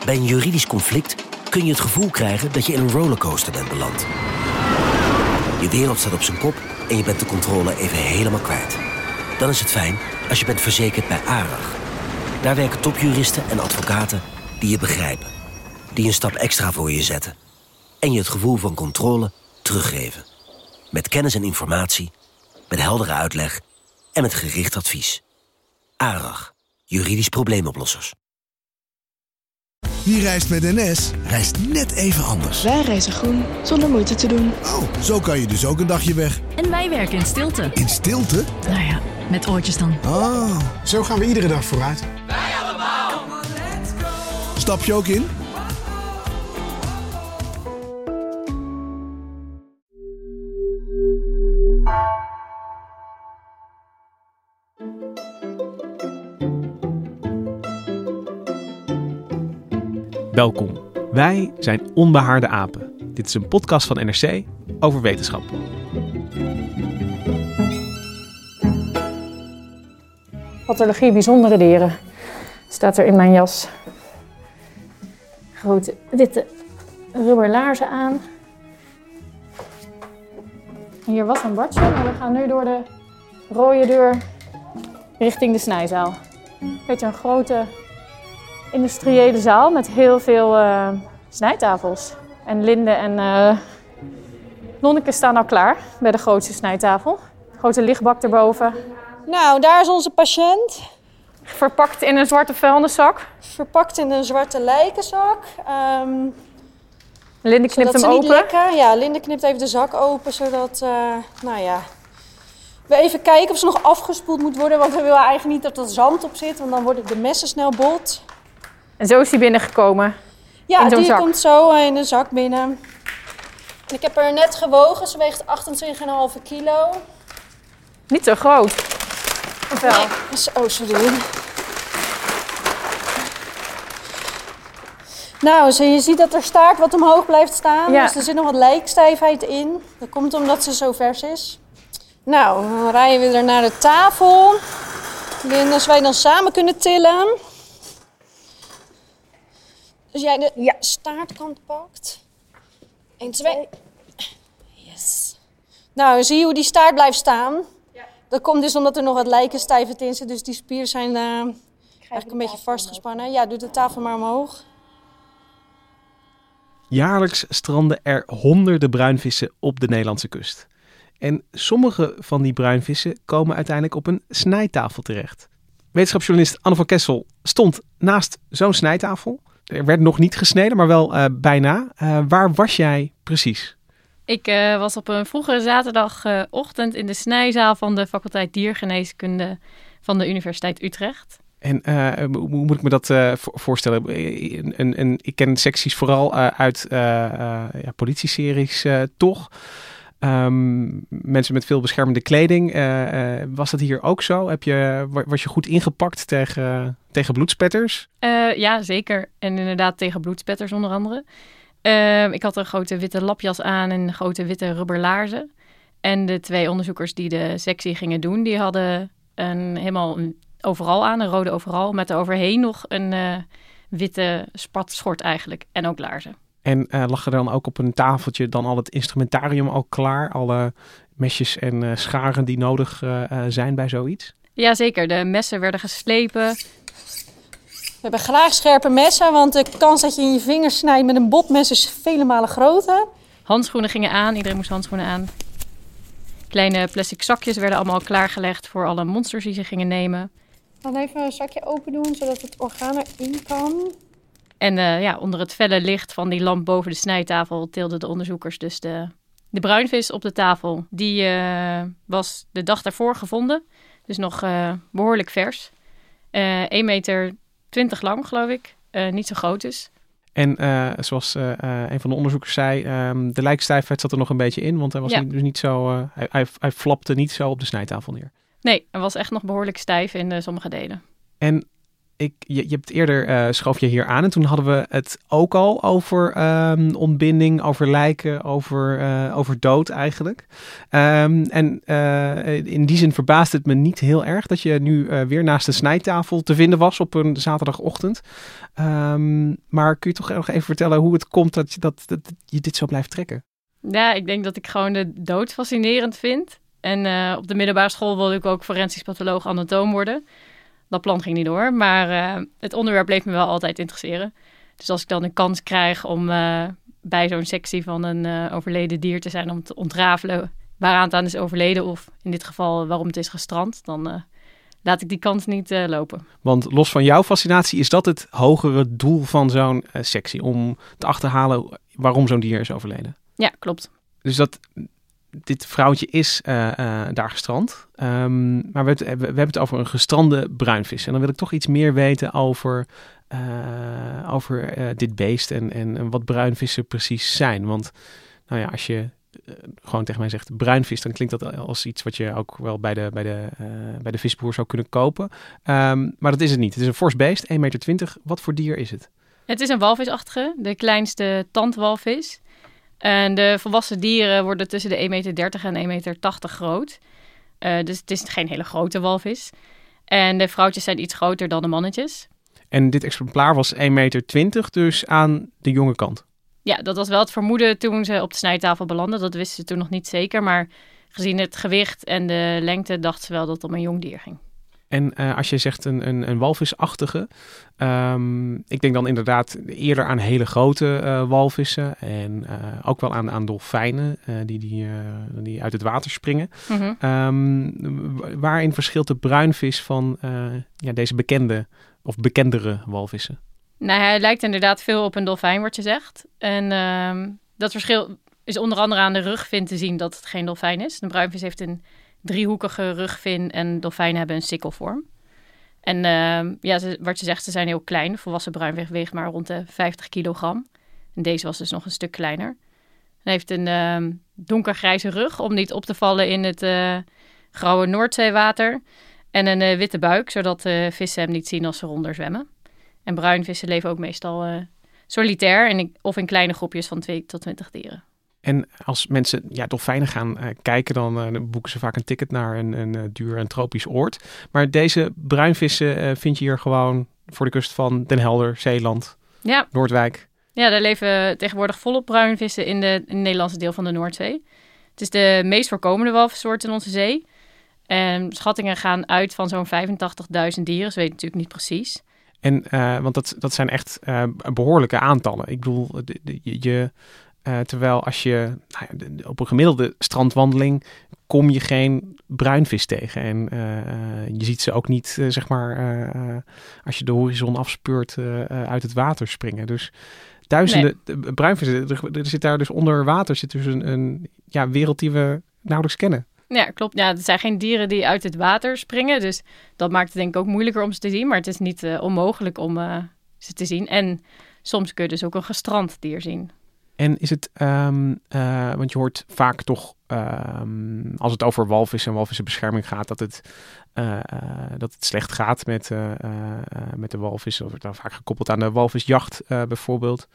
Bij een juridisch conflict kun je het gevoel krijgen dat je in een rollercoaster bent beland. Je wereld staat op zijn kop en je bent de controle even helemaal kwijt. Dan is het fijn als je bent verzekerd bij ARAG. Daar werken topjuristen en advocaten die je begrijpen. Die een stap extra voor je zetten. En je het gevoel van controle teruggeven. Met kennis en informatie, met heldere uitleg en met gericht advies. ARAG, juridisch probleemoplossers. Wie reist met NS, reist net even anders. Wij reizen groen, zonder moeite te doen. Oh, zo kan je dus ook een dagje weg. En wij werken in stilte. In stilte? Nou ja, met oortjes dan. Oh. Zo gaan we iedere dag vooruit. Wij allemaal. Stap je ook in? Welkom. Wij zijn Onbehaarde Apen. Dit is een podcast van NRC over wetenschap. Pathologie bijzondere dieren. Staat er in mijn jas. Grote witte rubberlaarzen aan. Hier was een bordje, maar we gaan nu door de rode deur richting de snijzaal. Weet je, een grote industriële zaal met heel veel snijtafels. En Linde en Lonneke staan al klaar bij de grootste snijtafel. Grote lichtbak erboven. Nou, daar is onze patiënt. Verpakt in een zwarte vuilniszak. Verpakt in een zwarte lijkenzak. Linde knipt hem ze open. Niet lekken. Ja, Linde knipt even de zak open, zodat we even kijken of ze nog afgespoeld moet worden. Want we willen eigenlijk niet dat er zand op zit, want dan worden de messen snel bot. En zo is hij binnengekomen. Ja, in zo'n die zak. komt zo in de zak binnen. Ik heb haar net gewogen. Ze weegt 28,5 kilo. Niet zo groot. Of wel? Nee. Oh, sorry. Nou, je ziet dat er staart wat omhoog blijft staan. Ja. Dus er zit nog wat lijkstijfheid in. Dat komt omdat ze zo vers is. Nou, dan rijden we er naar de tafel. Als wij dan samen kunnen tillen. Dus jij de staartkant pakt. 1, 2. Yes. Nou, zie je hoe die staart blijft staan? Ja. Dat komt dus omdat er nog wat lijkenstijfheid in zit. Dus die spieren zijn eigenlijk een beetje vastgespannen. Ja, doe de tafel maar omhoog. Jaarlijks stranden er honderden bruinvissen op de Nederlandse kust. En sommige van die bruinvissen komen uiteindelijk op een snijtafel terecht. Wetenschapsjournalist Anne van Kessel stond naast zo'n snijtafel. Er werd nog niet gesneden, maar wel bijna. Waar was jij precies? Ik was op een vroege zaterdagochtend in de snijzaal van de faculteit diergeneeskunde van de Universiteit Utrecht. En hoe moet ik me dat voorstellen? Ik ken secties vooral uit politieseries toch. Mensen met veel beschermende kleding. Was dat hier ook zo? Was je goed ingepakt tegen bloedspetters? Ja, zeker. En inderdaad tegen bloedspetters onder andere. Ik had een grote witte lapjas aan en grote witte rubberlaarzen. En de 2 onderzoekers die de sectie gingen doen, die hadden helemaal een overal aan, een rode overal, met eroverheen nog een witte spatschort eigenlijk en ook laarzen. En lag er dan ook op een tafeltje dan al het instrumentarium al klaar? Alle mesjes en scharen die nodig zijn bij zoiets? Jazeker, de messen werden geslepen. We hebben graag scherpe messen, want de kans dat je in je vingers snijdt met een botmes is vele malen groter. Handschoenen gingen aan, iedereen moest handschoenen aan. Kleine plastic zakjes werden allemaal klaargelegd voor alle monsters die ze gingen nemen. Dan even een zakje open doen, zodat het orgaan erin kan. En onder het felle licht van die lamp boven de snijtafel tilden de onderzoekers dus de bruinvis op de tafel. Die was de dag daarvoor gevonden, dus nog behoorlijk vers. 1,20 meter lang, geloof ik. Niet zo groot dus. En zoals een van de onderzoekers zei, de lijkstijfheid zat er nog een beetje in, want hij was dus niet zo, hij flapte niet zo op de snijtafel neer. Nee, hij was echt nog behoorlijk stijf in sommige delen. En je hebt eerder schoof je hier aan en toen hadden we het ook al over ontbinding, over lijken, over dood eigenlijk. In die zin verbaast het me niet heel erg dat je nu weer naast de snijtafel te vinden was op een zaterdagochtend. Maar kun je toch nog even vertellen hoe het komt dat je dit zo blijft trekken? Ja, ik denk dat ik gewoon de dood fascinerend vind. En op de middelbare school wilde ik ook forensisch patholoog anatoom worden. Dat plan ging niet door, maar het onderwerp bleef me wel altijd interesseren. Dus als ik dan een kans krijg om bij zo'n sectie van een overleden dier te zijn, om te ontrafelen waaraan het aan is overleden of in dit geval waarom het is gestrand, dan laat ik die kans niet lopen. Want los van jouw fascinatie is dat het hogere doel van zo'n sectie, om te achterhalen waarom zo'n dier is overleden? Ja, klopt. Dus dit vrouwtje is daar gestrand. Maar we hebben het over een gestrande bruinvis. En dan wil ik toch iets meer weten over dit beest en wat bruinvissen precies zijn. Want nou ja, als je gewoon tegen mij zegt bruinvis, dan klinkt dat als iets wat je ook wel bij de visboer zou kunnen kopen. Maar dat is het niet. Het is een fors beest, 1,20 meter. Wat voor dier is het? Het is een walvisachtige, de kleinste tandwalvis. En de volwassen dieren worden tussen de 1,30 meter en 1,80 meter groot. Dus het is geen hele grote walvis. En de vrouwtjes zijn iets groter dan de mannetjes. En dit exemplaar was 1,20 meter, dus aan de jonge kant. Ja, dat was wel het vermoeden toen ze op de snijtafel belanden. Dat wisten ze toen nog niet zeker. Maar gezien het gewicht en de lengte dachten ze wel dat het om een jong dier ging. En als je zegt een walvisachtige, ik denk dan inderdaad eerder aan hele grote walvissen en ook wel aan dolfijnen die uit het water springen. Mm-hmm. Waarin verschilt de bruinvis van deze bekende of bekendere walvissen? Nou, hij lijkt inderdaad veel op een dolfijn, wordt gezegd. En dat verschil is onder andere aan de rugvin te zien dat het geen dolfijn is. De bruinvis heeft een driehoekige rugvin en dolfijnen hebben een sikkelvorm. En wat je zegt, ze zijn heel klein. De volwassen bruinvis weegt maar rond de 50 kilogram. En deze was dus nog een stuk kleiner. Hij heeft een donkergrijze rug om niet op te vallen in het grauwe Noordzeewater. En een witte buik, zodat vissen hem niet zien als ze eronder zwemmen. En bruinvissen leven ook meestal solitair of in kleine groepjes van 2 tot 20 dieren. En als mensen dolfijnen gaan kijken, dan boeken ze vaak een ticket naar een duur en tropisch oord. Maar deze bruinvissen vind je hier gewoon voor de kust van Den Helder, Zeeland, Noordwijk. Ja, daar leven tegenwoordig volop bruinvissen in het Nederlandse deel van de Noordzee. Het is de meest voorkomende walvissoort in onze zee. En schattingen gaan uit van zo'n 85.000 dieren. Ze weten natuurlijk niet precies. En want dat zijn echt behoorlijke aantallen. Ik bedoel, terwijl als je op een gemiddelde strandwandeling kom je geen bruinvis tegen. En je ziet ze ook niet, als je de horizon afspeurt, uit het water springen. Dus duizenden bruinvissen. Er zit daar dus onder water zit dus een wereld die we nauwelijks kennen. Ja, klopt. Ja, het zijn geen dieren die uit het water springen. Dus dat maakt het denk ik ook moeilijker om ze te zien. Maar het is niet onmogelijk om ze te zien. En soms kun je dus ook een gestrand dier zien. En is het, want je hoort vaak toch, als het over walvissen en walvissenbescherming gaat, dat het slecht gaat met de walvissen. Dat wordt dan vaak gekoppeld aan de walvisjacht bijvoorbeeld.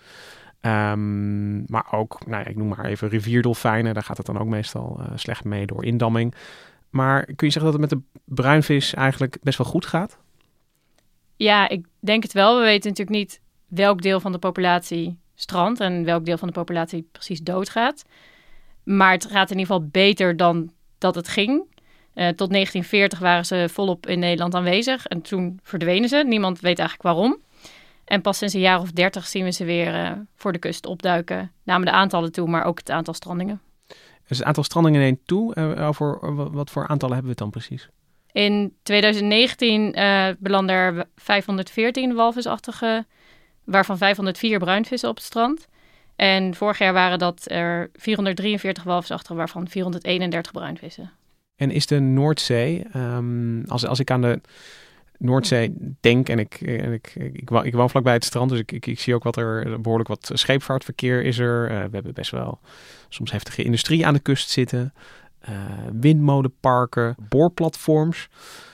Maar ook, ik noem maar even rivierdolfijnen. Daar gaat het dan ook meestal slecht mee door indamming. Maar kun je zeggen dat het met de bruinvis eigenlijk best wel goed gaat? Ja, ik denk het wel. We weten natuurlijk niet welk deel van de populatie strandt en welk deel van de populatie precies doodgaat. Maar het gaat in ieder geval beter dan dat het ging. Tot 1940 waren ze volop in Nederland aanwezig en toen verdwenen ze. Niemand weet eigenlijk waarom. En pas sinds een jaar of 30 zien we ze weer voor de kust opduiken. Namen de aantallen toe, maar ook het aantal strandingen. Dus het aantal strandingen neemt toe. Over wat voor aantallen hebben we het dan precies? In 2019 belanden er 514 walvisachtige, waarvan 504 bruinvissen op het strand. En vorig jaar waren dat er 443 walvisachtige, waarvan 431 bruinvissen. En is de Noordzee, als ik aan de Noordzee denk en ik woon vlakbij het strand, dus ik zie ook behoorlijk wat scheepvaartverkeer is er. We hebben best wel soms heftige industrie aan de kust zitten. Windmolenparken, boorplatforms.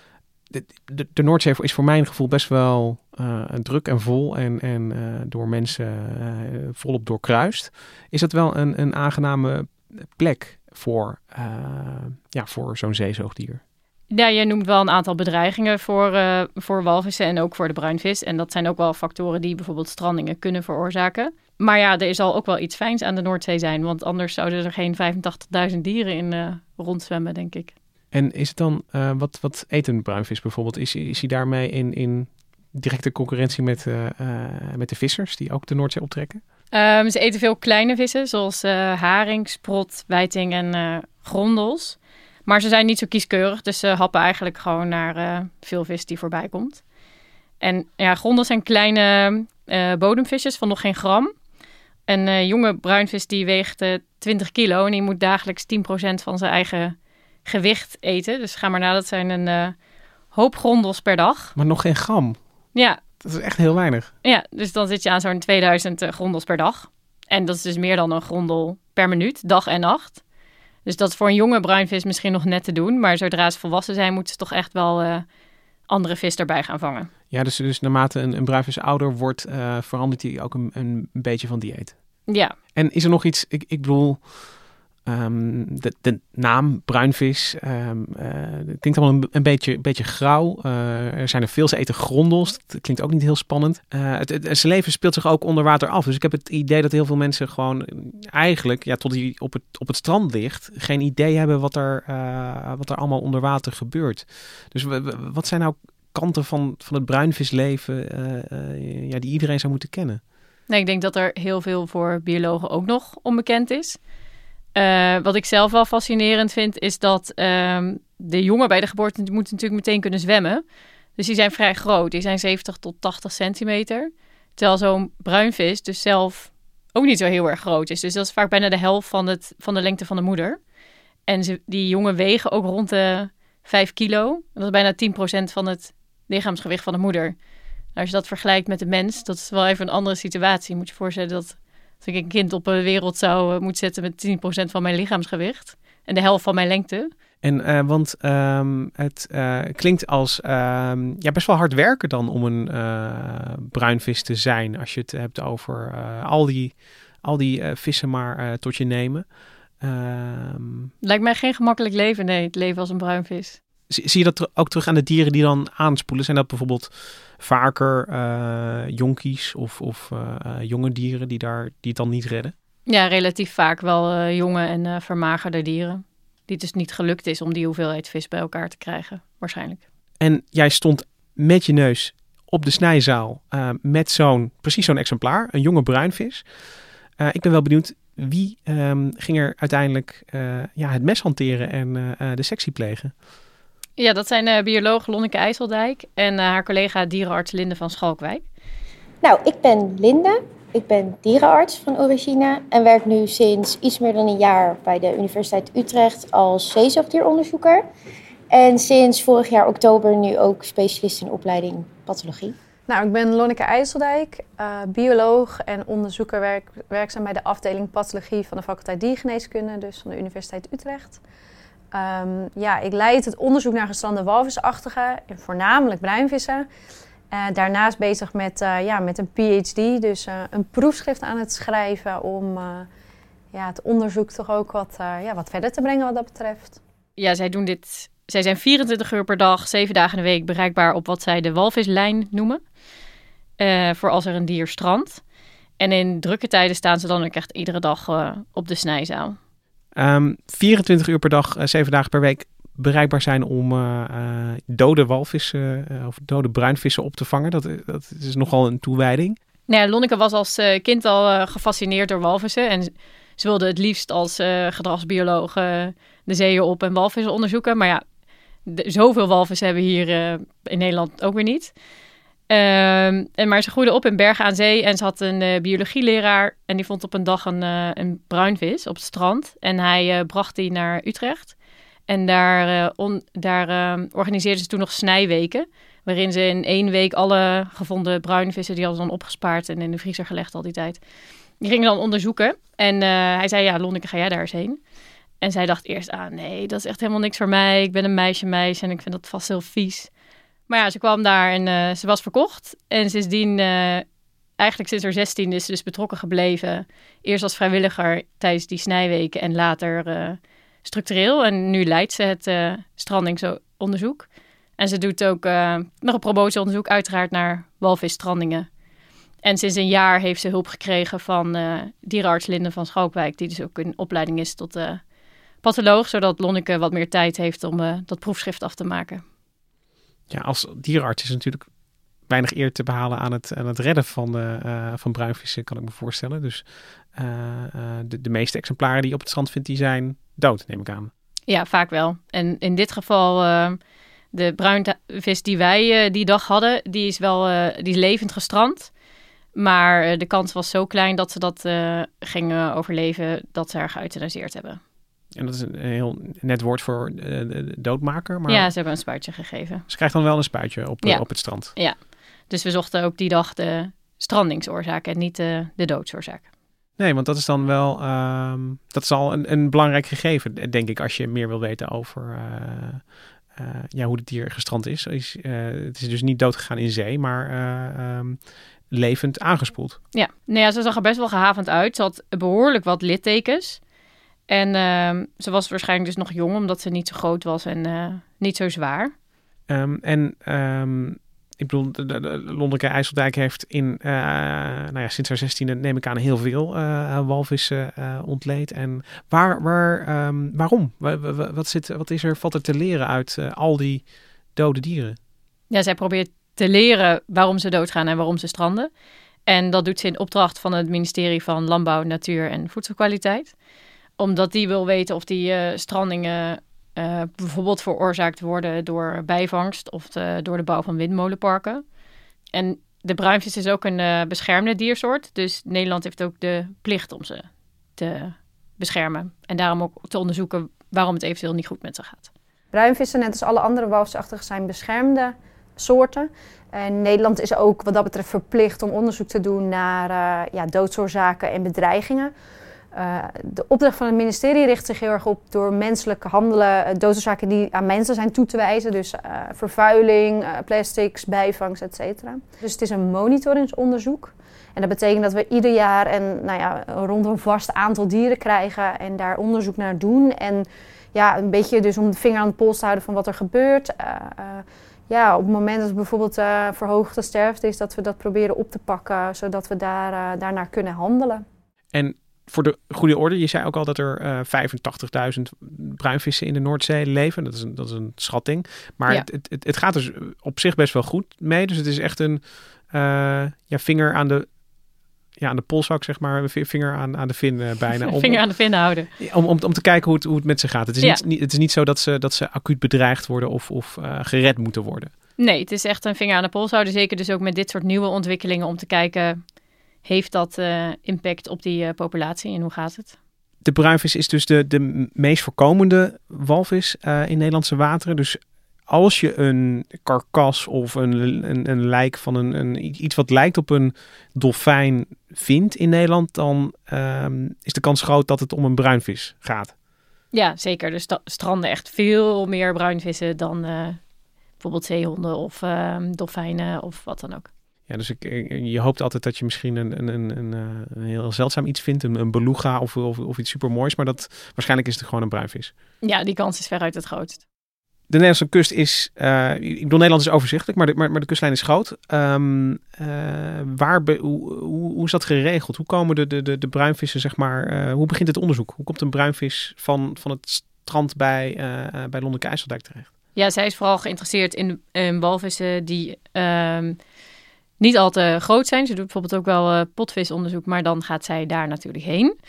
de Noordzee is voor mijn gevoel best wel druk en vol en door mensen volop doorkruist. Is dat wel een aangename plek voor zo'n zeezoogdier? Ja, je noemt wel een aantal bedreigingen voor walvissen en ook voor de bruinvis. En dat zijn ook wel factoren die bijvoorbeeld strandingen kunnen veroorzaken. Maar ja, er zal ook wel iets fijns aan de Noordzee zijn. Want anders zouden er geen 85.000 dieren in rondzwemmen, denk ik. En is het dan, wat eet een bruinvis bijvoorbeeld? Is hij daarmee in directe concurrentie met de vissers die ook de Noordzee optrekken? Ze eten veel kleine vissen, zoals haring, sprot, wijting en grondels. Maar ze zijn niet zo kieskeurig, dus ze happen eigenlijk gewoon naar veel vis die voorbij komt. En ja, grondels zijn kleine bodemvisjes van nog geen gram. Een jonge bruinvis die weegt 20 kilo en die moet dagelijks 10% van zijn eigen gewicht eten. Dus ga maar na, dat zijn een hoop grondels per dag. Maar nog geen gram? Ja. Dat is echt heel weinig. Ja, dus dan zit je aan zo'n 2000 grondels per dag. En dat is dus meer dan een grondel per minuut, dag en nacht. Dus dat is voor een jonge bruinvis misschien nog net te doen. Maar zodra ze volwassen zijn, moeten ze toch echt wel andere vis erbij gaan vangen. Ja, dus naarmate een bruinvis ouder wordt, verandert hij ook een beetje van dieet. Ja. En is er nog iets, ik bedoel, de naam bruinvis klinkt allemaal een beetje grauw. Er zijn er veel, ze eten grondels. Dat klinkt ook niet heel spannend. Zijn leven speelt zich ook onder water af. Dus ik heb het idee dat heel veel mensen gewoon eigenlijk, tot hij op het strand ligt, geen idee hebben wat er allemaal onder water gebeurt. Dus wat zijn nou kanten van het bruinvisleven die iedereen zou moeten kennen? Nee, ik denk dat er heel veel voor biologen ook nog onbekend is. Wat ik zelf wel fascinerend vind, is dat de jongen bij de geboorte moeten natuurlijk meteen kunnen zwemmen. Dus die zijn vrij groot. Die zijn 70 tot 80 centimeter. Terwijl zo'n bruinvis dus zelf ook niet zo heel erg groot is. Dus dat is vaak bijna de helft van de lengte van de moeder. En die jongen wegen ook rond de 5 kilo. Dat is bijna 10% van het lichaamsgewicht van de moeder. Nou, als je dat vergelijkt met de mens, dat is wel even een andere situatie. Moet je voorstellen dat als ik een kind op een wereld zou moeten zetten met 10% van mijn lichaamsgewicht en de helft van mijn lengte. En want het klinkt als best wel hard werken dan om een bruinvis te zijn. Als je het hebt over al die vissen maar tot je nemen. Lijkt mij geen gemakkelijk leven, nee, het leven als een bruinvis. Zie je dat ook terug aan de dieren die dan aanspoelen? Zijn dat bijvoorbeeld vaker jonkies of jonge dieren die het dan niet redden? Ja, relatief vaak wel jonge en vermagerde dieren. Die het dus niet gelukt is om die hoeveelheid vis bij elkaar te krijgen, waarschijnlijk. En jij stond met je neus op de snijzaal met precies zo'n exemplaar, een jonge bruinvis. Ik ben wel benieuwd, wie ging er uiteindelijk het mes hanteren en de sectie plegen? Ja, dat zijn bioloog Lonneke IJsseldijk en haar collega dierenarts Linde van Schalkwijk. Nou, ik ben Linde. Ik ben dierenarts van origine en werk nu sinds iets meer dan een jaar bij de Universiteit Utrecht als zeezoogdieronderzoeker. En sinds vorig jaar oktober nu ook specialist in opleiding pathologie. Nou, ik ben Lonneke IJsseldijk, bioloog en onderzoeker werkzaam bij de afdeling pathologie van de faculteit diergeneeskunde, dus van de Universiteit Utrecht. Ik leid het onderzoek naar gestrande walvisachtigen, voornamelijk bruinvissen. Daarnaast bezig met een PhD, dus een proefschrift aan het schrijven om het onderzoek toch ook wat verder te brengen wat dat betreft. Ja, zij zijn 24 uur per dag, 7 dagen in de week bereikbaar op wat zij de walvislijn noemen. Voor als er een dier strandt. En in drukke tijden staan ze dan ook echt iedere dag op de snijzaal. 24 uur per dag, 7 dagen per week bereikbaar zijn om dode walvissen of dode bruinvissen op te vangen. Dat is nogal een toewijding. Nou ja, Lonneke was als kind al gefascineerd door walvissen. En ze wilde het liefst als gedragsbioloog de zeeën op en walvissen onderzoeken. Maar ja, zoveel walvissen hebben we hier in Nederland ook weer niet. Maar ze groeide op in Bergen aan Zee en ze had een biologieleraar. En die vond op een dag een bruinvis op het strand. En hij bracht die naar Utrecht. En daar organiseerden ze toen nog snijweken. Waarin ze in 1 week alle gevonden bruinvissen, die hadden dan opgespaard en in de vriezer gelegd al die tijd. Die gingen dan onderzoeken. En hij zei, ja, Lonneke, ga jij daar eens heen? En zij dacht eerst, nee, dat is echt helemaal niks voor mij. Ik ben een meisje en ik vind dat vast heel vies. Maar ja, ze kwam daar en ze was verkocht. En sindsdien, eigenlijk sinds haar 16 is ze dus betrokken gebleven. Eerst als vrijwilliger tijdens die snijweken en later structureel. En nu leidt ze het strandingsonderzoek. En ze doet ook nog een promotieonderzoek uiteraard naar walvisstrandingen. En sinds een jaar heeft ze hulp gekregen van dierenarts Linde van Schalkwijk, die dus ook in opleiding is tot patholoog, zodat Lonneke wat meer tijd heeft om dat proefschrift af te maken. Ja, als dierenarts is natuurlijk weinig eer te behalen aan het redden van bruinvissen, kan ik me voorstellen. Dus de meeste exemplaren die je op het strand vindt, die zijn dood, neem ik aan. Ja, vaak wel. En in dit geval, de bruinvis die wij die dag hadden, die is levend gestrand. Maar de kans was zo klein dat ze dat gingen overleven, dat ze haar geëuthanaseerd hebben. En dat is een heel net woord voor doodmaker? Maar... Ja, ze hebben een spuitje gegeven. Ze krijgt dan wel een spuitje op het strand? Ja, dus we zochten ook die dag de strandingsoorzaak en niet de doodsoorzaak. Nee, want dat is dan wel dat is al een belangrijk gegeven, denk ik, als je meer wil weten over hoe het dier gestrand is. Het is dus niet doodgegaan in zee, maar levend aangespoeld. Ja, ze zag er best wel gehavend uit. Ze had behoorlijk wat littekens. En ze was waarschijnlijk dus nog jong, omdat ze niet zo groot was en niet zo zwaar. Ik bedoel, de Lonneke IJsseldijk heeft sinds haar 16e, neem ik aan, heel veel walvissen ontleed. En waarom? Valt er te leren uit al die dode dieren? Ja, zij probeert te leren waarom ze doodgaan en waarom ze stranden. En dat doet ze in opdracht van het ministerie van Landbouw, Natuur en Voedselkwaliteit. Omdat die wil weten of die strandingen bijvoorbeeld veroorzaakt worden door bijvangst of door de bouw van windmolenparken. En de bruinvis is ook een beschermde diersoort. Dus Nederland heeft ook de plicht om ze te beschermen. En daarom ook te onderzoeken waarom het eventueel niet goed met ze gaat. Bruinvissen, net als alle andere walvisachtigen, zijn beschermde soorten. En Nederland is ook wat dat betreft verplicht om onderzoek te doen naar doodsoorzaken en bedreigingen. De opdracht van het ministerie richt zich heel erg op door menselijk handelen, doodsoorzaken die aan mensen zijn toe te wijzen. Dus vervuiling, plastics, bijvangst, et cetera. Dus het is een monitoringsonderzoek. En dat betekent dat we ieder jaar rond een vast aantal dieren krijgen en daar onderzoek naar doen. En een beetje dus om de vinger aan de pols te houden van wat er gebeurt. Op het moment dat er bijvoorbeeld verhoogde sterfte is, dat we dat proberen op te pakken, zodat we daarnaar kunnen handelen. En voor de goede orde, je zei ook al dat er 85.000 bruinvissen in de Noordzee leven. Dat is een schatting. Maar het gaat dus op zich best wel goed mee. Dus het is echt een vinger aan de polszak, zeg maar. Vinger aan de vin bijna. Vinger aan de vin houden. Om te kijken hoe het met ze gaat. Het is niet zo dat ze acuut bedreigd worden of gered moeten worden. Nee, het is echt een vinger aan de pols houden. Zeker dus ook met dit soort nieuwe ontwikkelingen om te kijken, heeft dat impact op die populatie en hoe gaat het? De bruinvis is dus de meest voorkomende walvis in Nederlandse wateren. Dus als je een karkas of een lijk van iets wat lijkt op een dolfijn vindt in Nederland, dan is de kans groot dat het om een bruinvis gaat. Ja, zeker. Dus stranden echt veel meer bruinvissen dan bijvoorbeeld zeehonden of dolfijnen of wat dan ook. Ja, dus je hoopt altijd dat je misschien een heel zeldzaam iets vindt. Een beluga of iets supermoois. Maar waarschijnlijk is het gewoon een bruinvis. Ja, die kans is veruit het grootst. De Nederlandse kust is, ik bedoel, Nederland is overzichtelijk, maar de kustlijn is groot. Hoe is dat geregeld? Hoe komen de bruinvissen, zeg maar, hoe begint het onderzoek? Hoe komt een bruinvis van het strand bij Lonneke IJsseldijk terecht? Ja, zij is vooral geïnteresseerd in walvissen die niet al te groot zijn. Ze doet bijvoorbeeld ook wel potvisonderzoek, maar dan gaat zij daar natuurlijk heen.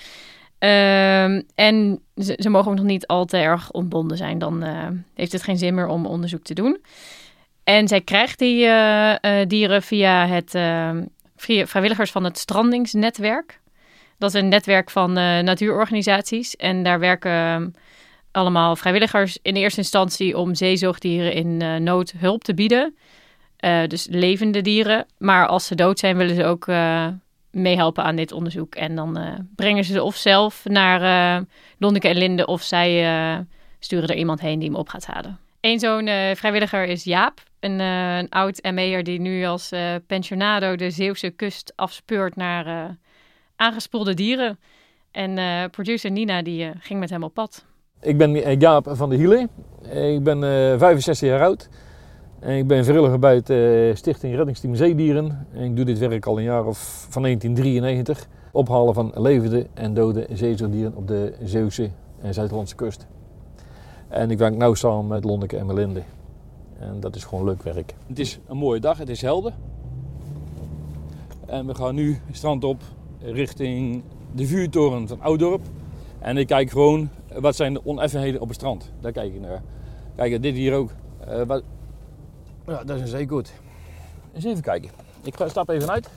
En ze mogen ook nog niet al te erg ontbonden zijn. Dan heeft het geen zin meer om onderzoek te doen. En zij krijgt die dieren via vrijwilligers van het Strandingsnetwerk. Dat is een netwerk van natuurorganisaties. En daar werken allemaal vrijwilligers in eerste instantie om zeezoogdieren in nood hulp te bieden. Dus levende dieren. Maar als ze dood zijn, willen ze ook meehelpen aan dit onderzoek. En dan brengen ze of zelf naar Lonneke en Linde, of zij sturen er iemand heen die hem op gaat halen. Eén zo'n vrijwilliger is Jaap. een oud ME'er die nu als pensionado de Zeeuwse kust afspeurt naar aangespoelde dieren. En producer Nina die ging met hem op pad. Ik ben Jaap van der Hielen. Ik ben 65 jaar oud. En ik ben vrijwilliger bij het Stichting Reddingsteam Zeedieren. En ik doe dit werk al een jaar of van 1993. Ophalen van levende en dode zeezoogdieren op de Zeeuwse en Zuid-Hollandse kust. En ik werk nu samen met Lonneke en Melinde. En dat is gewoon leuk werk. Het is een mooie dag, het is helder. En we gaan nu het strand op richting de vuurtoren van Ouddorp. En ik kijk gewoon, wat zijn de oneffenheden op het strand. Daar kijk ik naar. Kijk, dit hier ook. Ja, dat is een zeekoet. Eens even kijken. Ik stap even uit.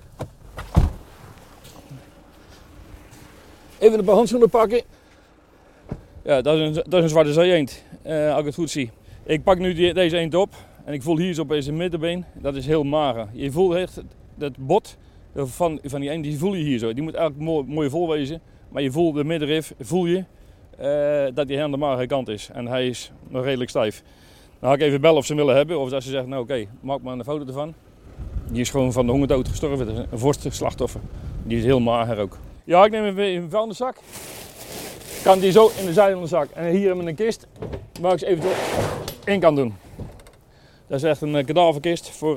Even een paar handschoenen pakken. Ja, dat is een zwarte zeeëend, als ik het goed zie. Ik pak nu deze eend op en ik voel hier zo op deze middenbeen, dat is heel mager. Je voelt echt dat bot van die eend, die voel je hier zo. Die moet eigenlijk mooi vol wezen, maar je voelt de middenrif, voel je dat hij aan de magere kant is. En hij is nog redelijk stijf. Dan ga ik even bellen of ze willen hebben, of dat ze zeggen, nou oké, maak maar een foto ervan. Die is gewoon van de hongerdood gestorven, dat is een vorstslachtoffer. Die is heel mager ook. Ja, ik neem even een vuilniszak. Kan die zo in de zijlandenzak en hier hebben we een kist waar ik ze eventueel in kan doen. Dat is echt een kadaverkist voor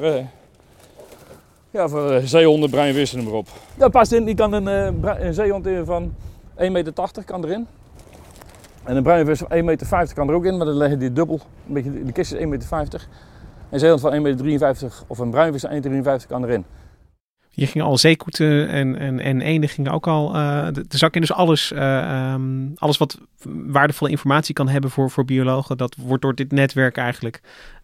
zeehonden, bruinvissen, noem maar op. Dat past in, die kan een zeehond van 1,80 meter kan erin. En een bruinvis van 1,50 meter kan er ook in, maar dan leggen die dubbel. Een beetje, de kist is 1,50 meter. Een zeehond van 1,53 meter of een bruinvis van 1,53 meter kan erin. Hier gingen al zeekoeten en eenden gingen ook al de zak in. Dus alles wat waardevolle informatie kan hebben voor biologen, dat wordt door dit netwerk eigenlijk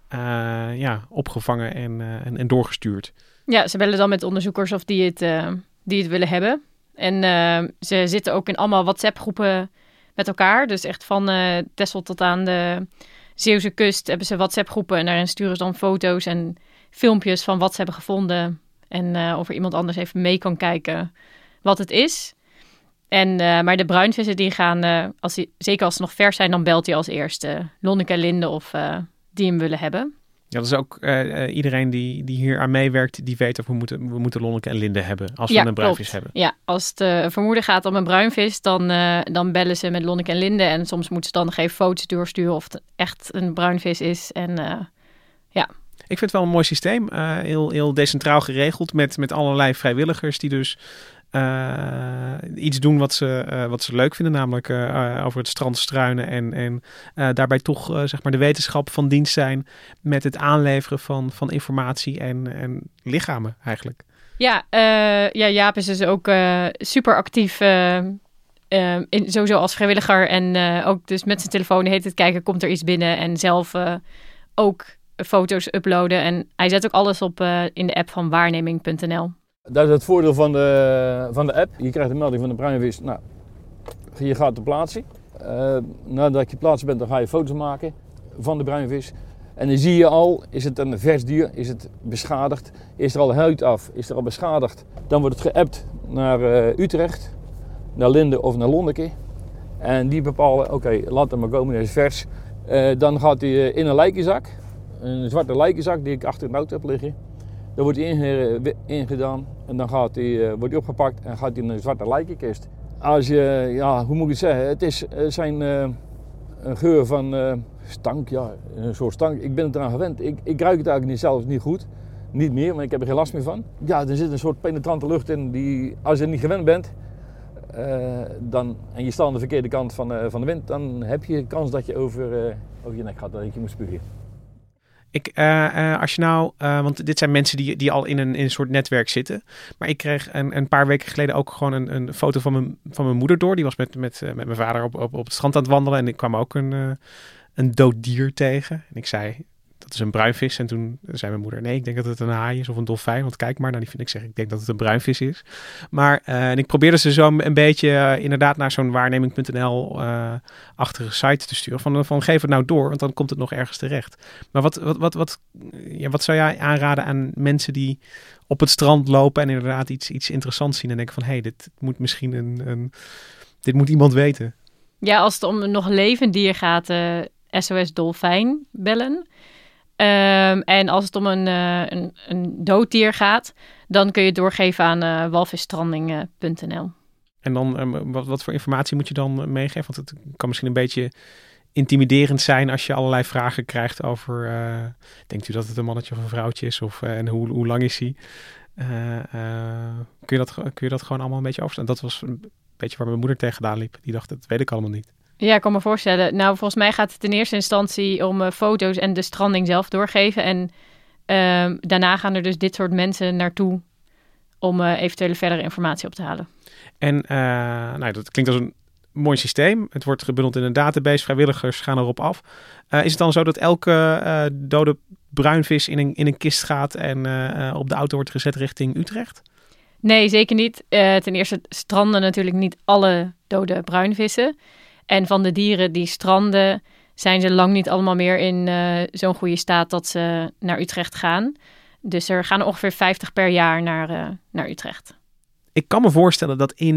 opgevangen en doorgestuurd. Ja, ze bellen dan met onderzoekers of die het willen hebben. En ze zitten ook in allemaal WhatsApp-groepen met elkaar. Dus echt van Texel tot aan de Zeeuwse kust hebben ze WhatsApp-groepen. En daarin sturen ze dan foto's en filmpjes van wat ze hebben gevonden. En of er iemand anders even mee kan kijken wat het is. Maar de bruinvissen die gaan, zeker als ze nog vers zijn, dan belt hij als eerste Lonneke en Linde of die hem willen hebben. Ja, dat is ook iedereen die hier aan meewerkt, die weet of we moeten Lonneke en Linde hebben als we een bruinvis hebben. Ja, als het vermoeden gaat om een bruinvis, dan bellen ze met Lonneke en Linde. En soms moeten ze dan nog even foto's doorsturen of het echt een bruinvis is. Ik vind het wel een mooi systeem. Heel decentraal geregeld met allerlei vrijwilligers die dus iets doen wat ze leuk vinden. Namelijk over het strand struinen en daarbij toch zeg maar de wetenschap van dienst zijn met het aanleveren van informatie en lichamen eigenlijk. Jaap is dus ook super actief sowieso als vrijwilliger. En ook dus met zijn telefoon de hele tijd kijken, komt er iets binnen en zelf ook foto's uploaden. En hij zet ook alles op in de app van waarneming.nl. Dat is het voordeel van de app. Je krijgt een melding van de bruinvis. Nou, je gaat ter plaatse. Nadat je plaatsen bent, dan ga je foto's maken van de bruinvis. En dan zie je al, is het een vers dier? Is het beschadigd? Is er al huid af? Is er al beschadigd? Dan wordt het geappt naar Utrecht, naar Linde of naar Lonneke. En die bepalen, oké, laat hem maar komen, hij is vers. Dan gaat hij in een lijkenzak. Een zwarte lijkenzak die ik achter de auto heb liggen. Daar wordt hij ingedaan en dan wordt hij opgepakt en gaat hij in een zwarte lijkenkist. Als je, hoe moet ik het zeggen, het zijn een geur van stank, een soort stank. Ik ben het eraan gewend. Ik ruik het eigenlijk zelfs niet goed. Niet meer, want ik heb er geen last meer van. Ja, er zit een soort penetrante lucht in die, als je er niet gewend bent, en je staat aan de verkeerde kant van de wind, dan heb je kans dat je over je nek gaat, dat je moet spugen. Als je nou, want dit zijn mensen die al in een soort netwerk zitten. Maar ik kreeg een paar weken geleden ook gewoon een foto van mijn moeder door. Die was met mijn vader op het strand aan het wandelen. En ik kwam ook een dood dier tegen. En ik zei, dat is een bruinvis. En toen zei mijn moeder, nee, ik denk dat het een haai is of een dolfijn. Want kijk maar, ik denk dat het een bruinvis is. Maar en ik probeerde ze zo een beetje inderdaad naar zo'n waarneming.nl-achtige site te sturen. Van geef het nou door, want dan komt het nog ergens terecht. Maar wat zou jij aanraden aan mensen die op het strand lopen en inderdaad iets interessants zien en denken van, dit moet misschien dit moet iemand weten. Ja, als het om een nog levend dier gaat, SOS Dolfijn bellen. En als het om een dood dier gaat, dan kun je het doorgeven aan walvisstranding.nl. En dan, wat voor informatie moet je dan meegeven? Want het kan misschien een beetje intimiderend zijn als je allerlei vragen krijgt over... denkt u dat het een mannetje of een vrouwtje is? En hoe lang is hij? Kun je dat gewoon allemaal een beetje overstaan? Dat was een beetje waar mijn moeder tegenaan liep. Die dacht, dat weet ik allemaal niet. Ja, ik kan me voorstellen. Nou, volgens mij gaat het in eerste instantie om foto's en de stranding zelf doorgeven. En daarna gaan er dus dit soort mensen naartoe om eventuele verdere informatie op te halen. En dat klinkt als een mooi systeem. Het wordt gebundeld in een database. Vrijwilligers gaan erop af. Is het dan zo dat elke dode bruinvis in een kist gaat en op de auto wordt gezet richting Utrecht? Nee, zeker niet. Ten eerste stranden natuurlijk niet alle dode bruinvissen. En van de dieren die stranden zijn ze lang niet allemaal meer in zo'n goede staat dat ze naar Utrecht gaan. Dus er gaan ongeveer 50 per jaar naar Utrecht. Ik kan me voorstellen dat in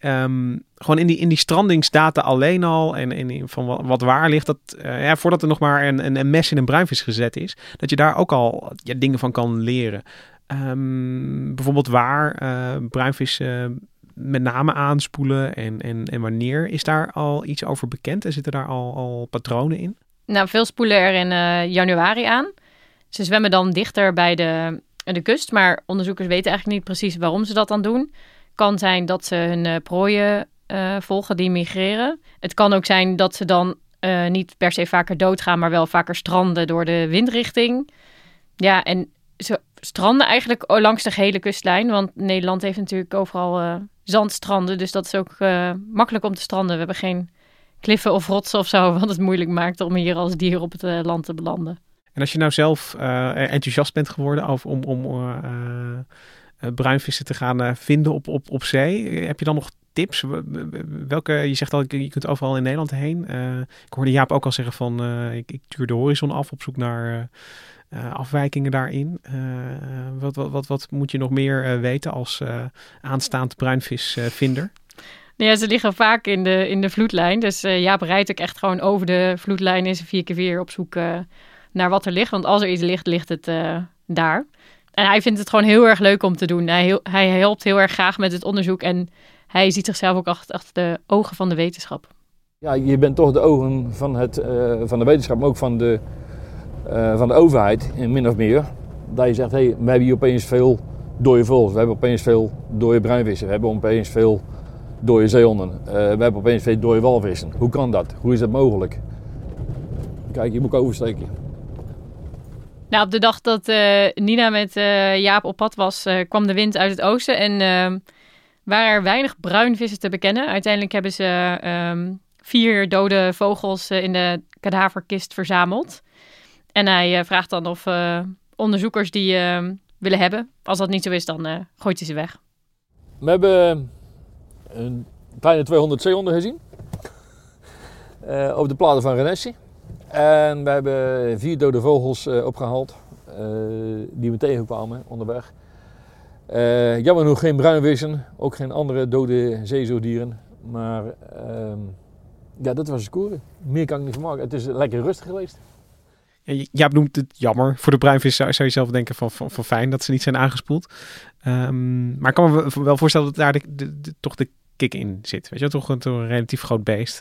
die strandingsdata alleen al en van wat waar ligt, dat voordat er nog maar een mes in een bruinvis gezet is, dat je daar ook al dingen van kan leren. Bijvoorbeeld waar bruinvissen met name aanspoelen en wanneer. Is daar al iets over bekend en zitten daar al patronen in? Nou, veel spoelen er in januari aan. Ze zwemmen dan dichter bij de kust, maar onderzoekers weten eigenlijk niet precies waarom ze dat dan doen. Kan zijn dat ze hun prooien volgen die migreren. Het kan ook zijn dat ze dan niet per se vaker doodgaan, maar wel vaker stranden door de windrichting. Ja, en ze stranden eigenlijk langs de gehele kustlijn, want Nederland heeft natuurlijk overal zandstranden, dus dat is ook makkelijk om te stranden. We hebben geen kliffen of rotsen of zo, wat het moeilijk maakt om hier als dier op het land te belanden. En als je nou zelf enthousiast bent geworden om bruinvissen te gaan vinden op zee, heb je dan nog tips? Je zegt al, je kunt overal in Nederland heen. Ik hoorde Jaap ook al zeggen van, ik tuur de horizon af op zoek naar afwijkingen daarin. Wat moet je nog meer weten als aanstaand bruinvisvinder? Ja, ze liggen vaak in de vloedlijn. Dus Jaap rijdt ook echt gewoon over de vloedlijn in zijn 4x4 op zoek naar wat er ligt. Want als er iets ligt, ligt het daar. En hij vindt het gewoon heel erg leuk om te doen. Hij helpt heel erg graag met het onderzoek. En hij ziet zichzelf ook achter de ogen van de wetenschap. Ja, je bent toch de ogen van de wetenschap, maar ook van de overheid, min of meer. Dat je zegt, we hebben hier opeens veel dode vogels. We hebben opeens veel dode bruinvissen. We hebben opeens veel dode zeehonden. We hebben opeens veel dode walvissen. Hoe kan dat? Hoe is dat mogelijk? Kijk, je moet oversteken. Nou, op de dag dat Nina met Jaap op pad was, kwam de wind uit het oosten en waren er weinig bruinvissen te bekennen. Uiteindelijk hebben ze 4 dode vogels in de kadaverkist verzameld. En hij vraagt dan of onderzoekers die willen hebben. Als dat niet zo is, dan gooit hij ze weg. We hebben een kleine 200 zeehonden gezien op de platen van Renesse. En we hebben 4 dode vogels opgehaald die we tegenkwamen onderweg. Jammer genoeg geen bruinvissen, ook geen andere dode zeezoogdieren. Maar dat was een score. Meer kan ik niet van maken. Het is lekker rustig geweest. Jaap noemt het jammer. Voor de bruinvis zou je zelf denken van fijn dat ze niet zijn aangespoeld. Maar ik kan me wel voorstellen dat daar toch de kick in zit. Weet je, toch een relatief groot beest.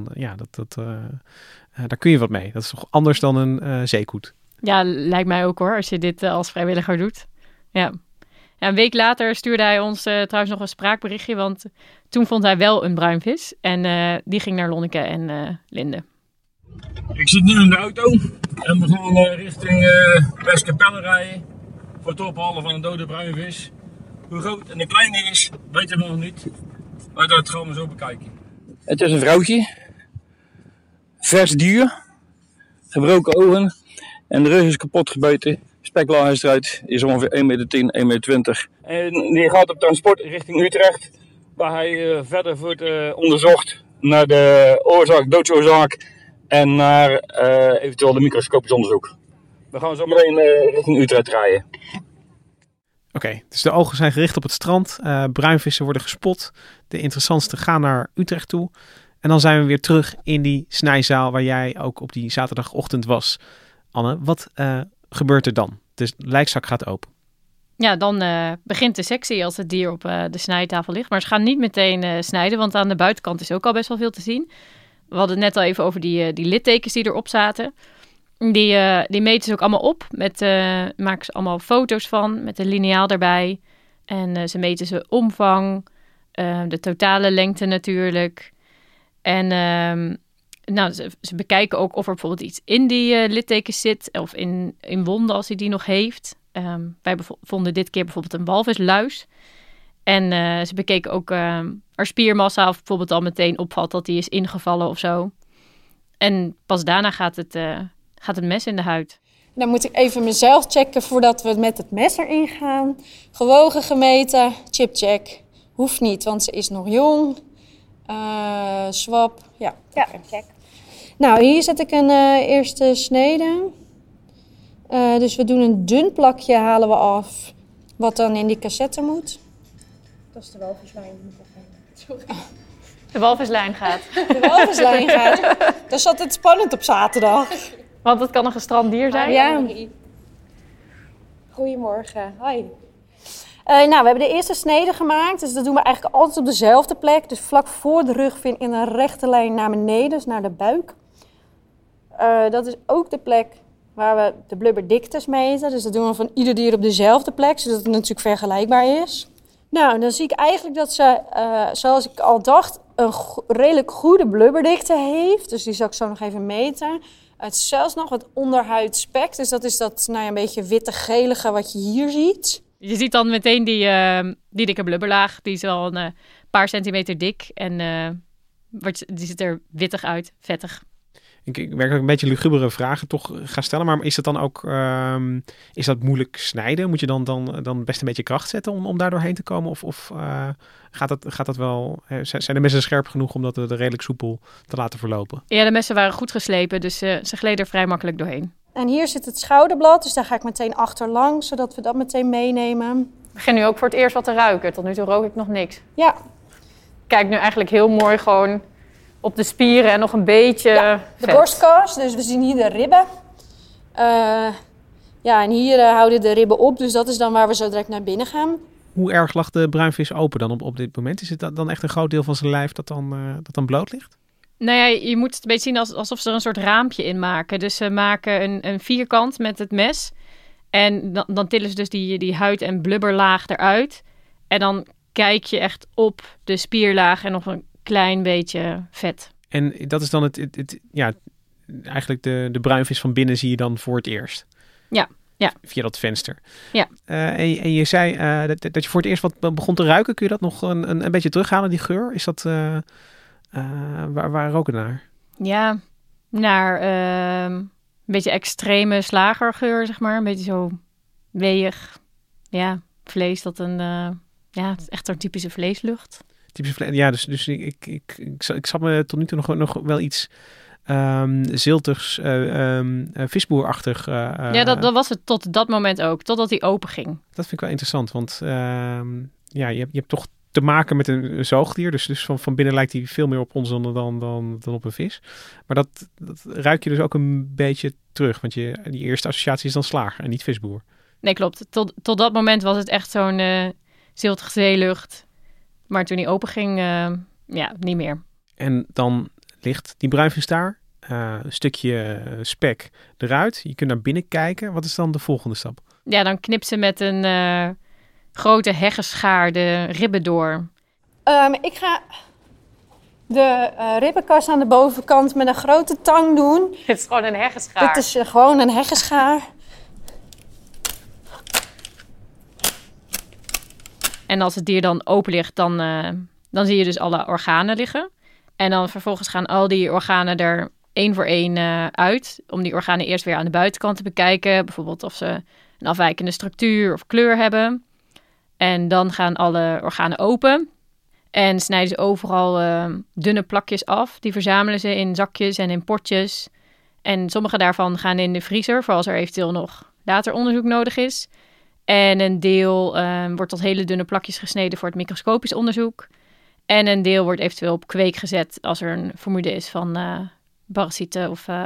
Daar kun je wat mee. Dat is toch anders dan een zeekoet? Ja, lijkt mij ook hoor, als je dit als vrijwilliger doet. Ja. Ja, een week later stuurde hij ons trouwens nog een spraakberichtje, want toen vond hij wel een bruinvis. En die ging naar Lonneke en Linde. Ik zit nu in de auto en we gaan richting Westkapelle rijden voor het ophalen van een dode bruinvis. Hoe groot en de kleine is, weten we nog niet. Maar dat gaan we zo bekijken. Het is een vrouwtje. Vers dier. Gebroken ogen. En de rug is kapot gebeten. Speklaag is eruit. Is ongeveer 1,10 meter, 1,20 meter. En die gaat op transport richting Utrecht. Waar hij verder wordt onderzocht naar de doodsoorzaak. En naar eventueel de microscopisch onderzoek. We gaan zo meteen richting Utrecht rijden. Oké, dus de ogen zijn gericht op het strand. Bruinvissen worden gespot. De interessantste gaan naar Utrecht toe. En dan zijn we weer terug in die snijzaal waar jij ook op die zaterdagochtend was. Anne, wat gebeurt er dan? De lijkzak gaat open. Ja, dan begint de sectie als het dier op de snijtafel ligt. Maar ze gaan niet meteen snijden, want aan de buitenkant is ook al best wel veel te zien. We hadden het net al even over die littekens die erop zaten. Die meten ze ook allemaal op. Maken ze allemaal foto's van met een liniaal erbij. En ze meten ze omvang, de totale lengte natuurlijk. En ze bekijken ook of er bijvoorbeeld iets in die littekens zit. Of in wonden als hij die nog heeft. Wij vonden dit keer bijvoorbeeld een walvisluis. En ze bekeken ook haar spiermassa of bijvoorbeeld al meteen opvalt dat die is ingevallen of zo. En pas daarna gaat het mes in de huid. Dan moet ik even mezelf checken voordat we met het mes erin gaan. Gewogen, gemeten, chipcheck. Hoeft niet, want ze is nog jong. Swab, ja, check. Nou, hier zet ik een eerste snede. Dus we doen een dun plakje, halen we af. Wat dan in die cassette moet. Dat is de walvislijn. Sorry. De walvislijn gaat. De walvislijn gaat. Dat is altijd spannend op zaterdag. Want het kan een gestrand dier zijn. Ja. Goedemorgen. Hoi. Nou, we hebben de eerste snede gemaakt. Dus dat doen we eigenlijk altijd op dezelfde plek. Dus vlak voor de rugvin in een rechte lijn naar beneden, dus naar de buik. Dat is ook de plek waar we de blubberdiktes meten. Dus dat doen we van ieder dier op dezelfde plek, zodat het natuurlijk vergelijkbaar is. Nou, dan zie ik eigenlijk dat ze, zoals ik al dacht, een redelijk goede blubberdikte heeft. Dus die zal ik zo nog even meten. Het is zelfs nog wat onderhuidspek. Dus dat is dat een beetje witte-gelige wat je hier ziet. Je ziet dan meteen die dikke blubberlaag. Die is al een paar centimeter dik. En die ziet er wittig uit, vettig. Ik merk ook een beetje lugubere vragen toch gaan stellen. Maar is dat dan ook is dat moeilijk snijden? Moet je dan best een beetje kracht zetten om daar doorheen te komen? Of gaat dat wel... Zijn de messen scherp genoeg om dat redelijk soepel te laten verlopen? Ja, de messen waren goed geslepen. Dus ze gleden er vrij makkelijk doorheen. En hier zit het schouderblad. Dus daar ga ik meteen achterlangs, zodat we dat meteen meenemen. Ik begin nu ook voor het eerst wat te ruiken. Tot nu toe rook ik nog niks. Ja. Ik kijk nu eigenlijk heel mooi gewoon op de spieren en nog een beetje de borstkas. Dus we zien hier de ribben. En hier houden de ribben op. Dus dat is dan waar we zo direct naar binnen gaan. Hoe erg lag de bruinvis open dan op dit moment? Is het dan echt een groot deel van zijn lijf dat dan bloot ligt? Nou ja, je moet het een beetje zien alsof ze er een soort raampje in maken. Dus ze maken een vierkant met het mes. En dan tillen ze dus die huid- en blubberlaag eruit. En dan kijk je echt op de spierlaag en nog een klein beetje vet. En dat is dan eigenlijk de bruinvis van binnen zie je dan voor het eerst? Ja. Via dat venster. Ja. En je zei dat je voor het eerst wat begon te ruiken. Kun je dat nog een beetje terughalen, die geur? Is dat... waar rook het naar? Ja, naar een beetje extreme slagergeur, zeg maar. Een beetje zo weeig. Ja, vlees dat het is echt zo'n typische vleeslucht. Typische vlees, ja, dus ik zat me tot nu toe nog wel iets ziltigs, visboerachtig. Ja, dat was het tot dat moment ook, totdat hij open ging. Dat vind ik wel interessant, want je hebt toch te maken met een zoogdier. Dus van binnen lijkt hij veel meer op ons dan op een vis. Maar dat ruik je dus ook een beetje terug. Want die eerste associatie is dan slager en niet visboer. Nee, klopt. Tot dat moment was het echt zo'n ziltige zeelucht. Maar toen hij open ging, niet meer. En dan ligt die bruinvis daar. Een stukje spek eruit. Je kunt naar binnen kijken. Wat is dan de volgende stap? Ja, dan knipt ze met een grote heggenschaar de ribben door. Ik ga de ribbenkast aan de bovenkant met een grote tang doen. Het is gewoon een heggenschaar. Het is gewoon een heggenschaar. En als het dier dan open ligt, dan zie je dus alle organen liggen. En dan vervolgens gaan al die organen er één voor één uit. Om die organen eerst weer aan de buitenkant te bekijken. Bijvoorbeeld of ze een afwijkende structuur of kleur hebben. En dan gaan alle organen open. En snijden ze overal dunne plakjes af. Die verzamelen ze in zakjes en in potjes. En sommige daarvan gaan in de vriezer, voor als er eventueel nog later onderzoek nodig is. En een deel wordt tot hele dunne plakjes gesneden voor het microscopisch onderzoek. En een deel wordt eventueel op kweek gezet als er een vermoeden is van parasieten of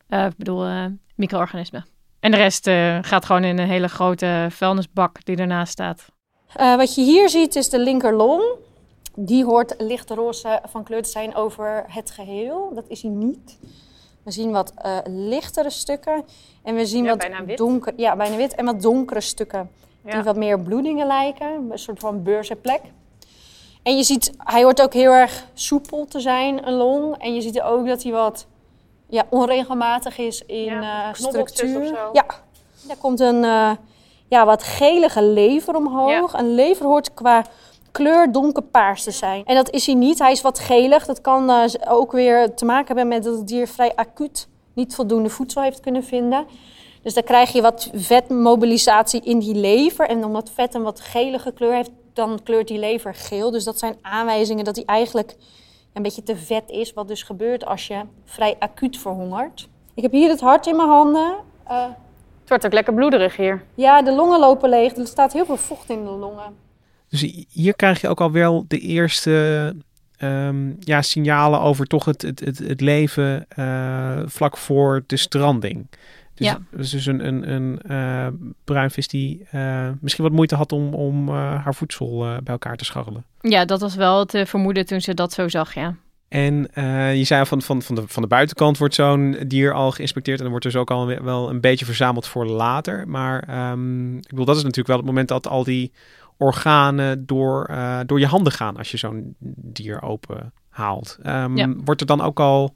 micro-organismen. En de rest gaat gewoon in een hele grote vuilnisbak die ernaast staat. Wat je hier ziet is de linkerlong. Die hoort lichtroze van kleur te zijn over het geheel. Dat is hij niet. We zien wat lichtere stukken. En we zien wat donker, bijna wit. En wat donkere stukken. Ja. Die wat meer bloedingen lijken. Een soort van beurzenplek. En je ziet, hij hoort ook heel erg soepel te zijn, een long. En je ziet ook dat hij wat onregelmatig is in structuur. Of zo. Ja, daar komt een wat gelige lever omhoog. Ja. Een lever hoort qua kleur donkerpaars te zijn. En dat is hij niet. Hij is wat gelig. Dat kan ook weer te maken hebben met dat het dier vrij acuut niet voldoende voedsel heeft kunnen vinden. Dus dan krijg je wat vetmobilisatie in die lever. En omdat vet een wat gelige kleur heeft, dan kleurt die lever geel. Dus dat zijn aanwijzingen dat hij eigenlijk een beetje te vet is. Wat dus gebeurt als je vrij acuut verhongert. Ik heb hier het hart in mijn handen. Het wordt ook lekker bloederig hier. Ja, de longen lopen leeg. Er staat heel veel vocht in de longen. Dus hier krijg je ook al wel de eerste signalen over toch het leven vlak voor de stranding. Dus een bruinvis die misschien wat moeite had om haar voedsel bij elkaar te scharrelen. Ja, dat was wel het vermoeden toen ze dat zo zag, ja. En je zei van de buitenkant wordt zo'n dier al geïnspecteerd en dan wordt dus ook al wel een beetje verzameld voor later. Maar ik bedoel, dat is natuurlijk wel het moment dat al die organen door je handen gaan als je zo'n dier open haalt. Wordt er dan ook al...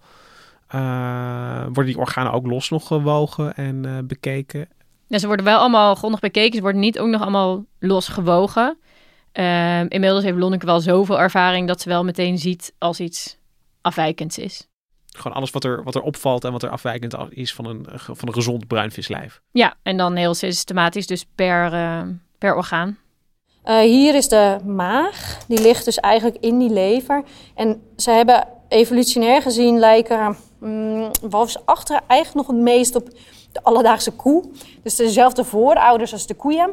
worden die organen ook los nog gewogen en bekeken? Ja, ze worden wel allemaal grondig bekeken. Ze worden niet ook nog allemaal los gewogen. Inmiddels heeft Lonneke wel zoveel ervaring dat ze wel meteen ziet als iets afwijkends is. Gewoon alles wat er opvalt en wat er afwijkend is van een gezond bruinvislijf. Ja, en dan heel systematisch dus per orgaan. Hier is de maag. Die ligt dus eigenlijk in die lever. En ze hebben evolutionair gezien lijken walvisachteren eigenlijk nog het meest op de alledaagse koe. Dus dezelfde voorouders als de koeien.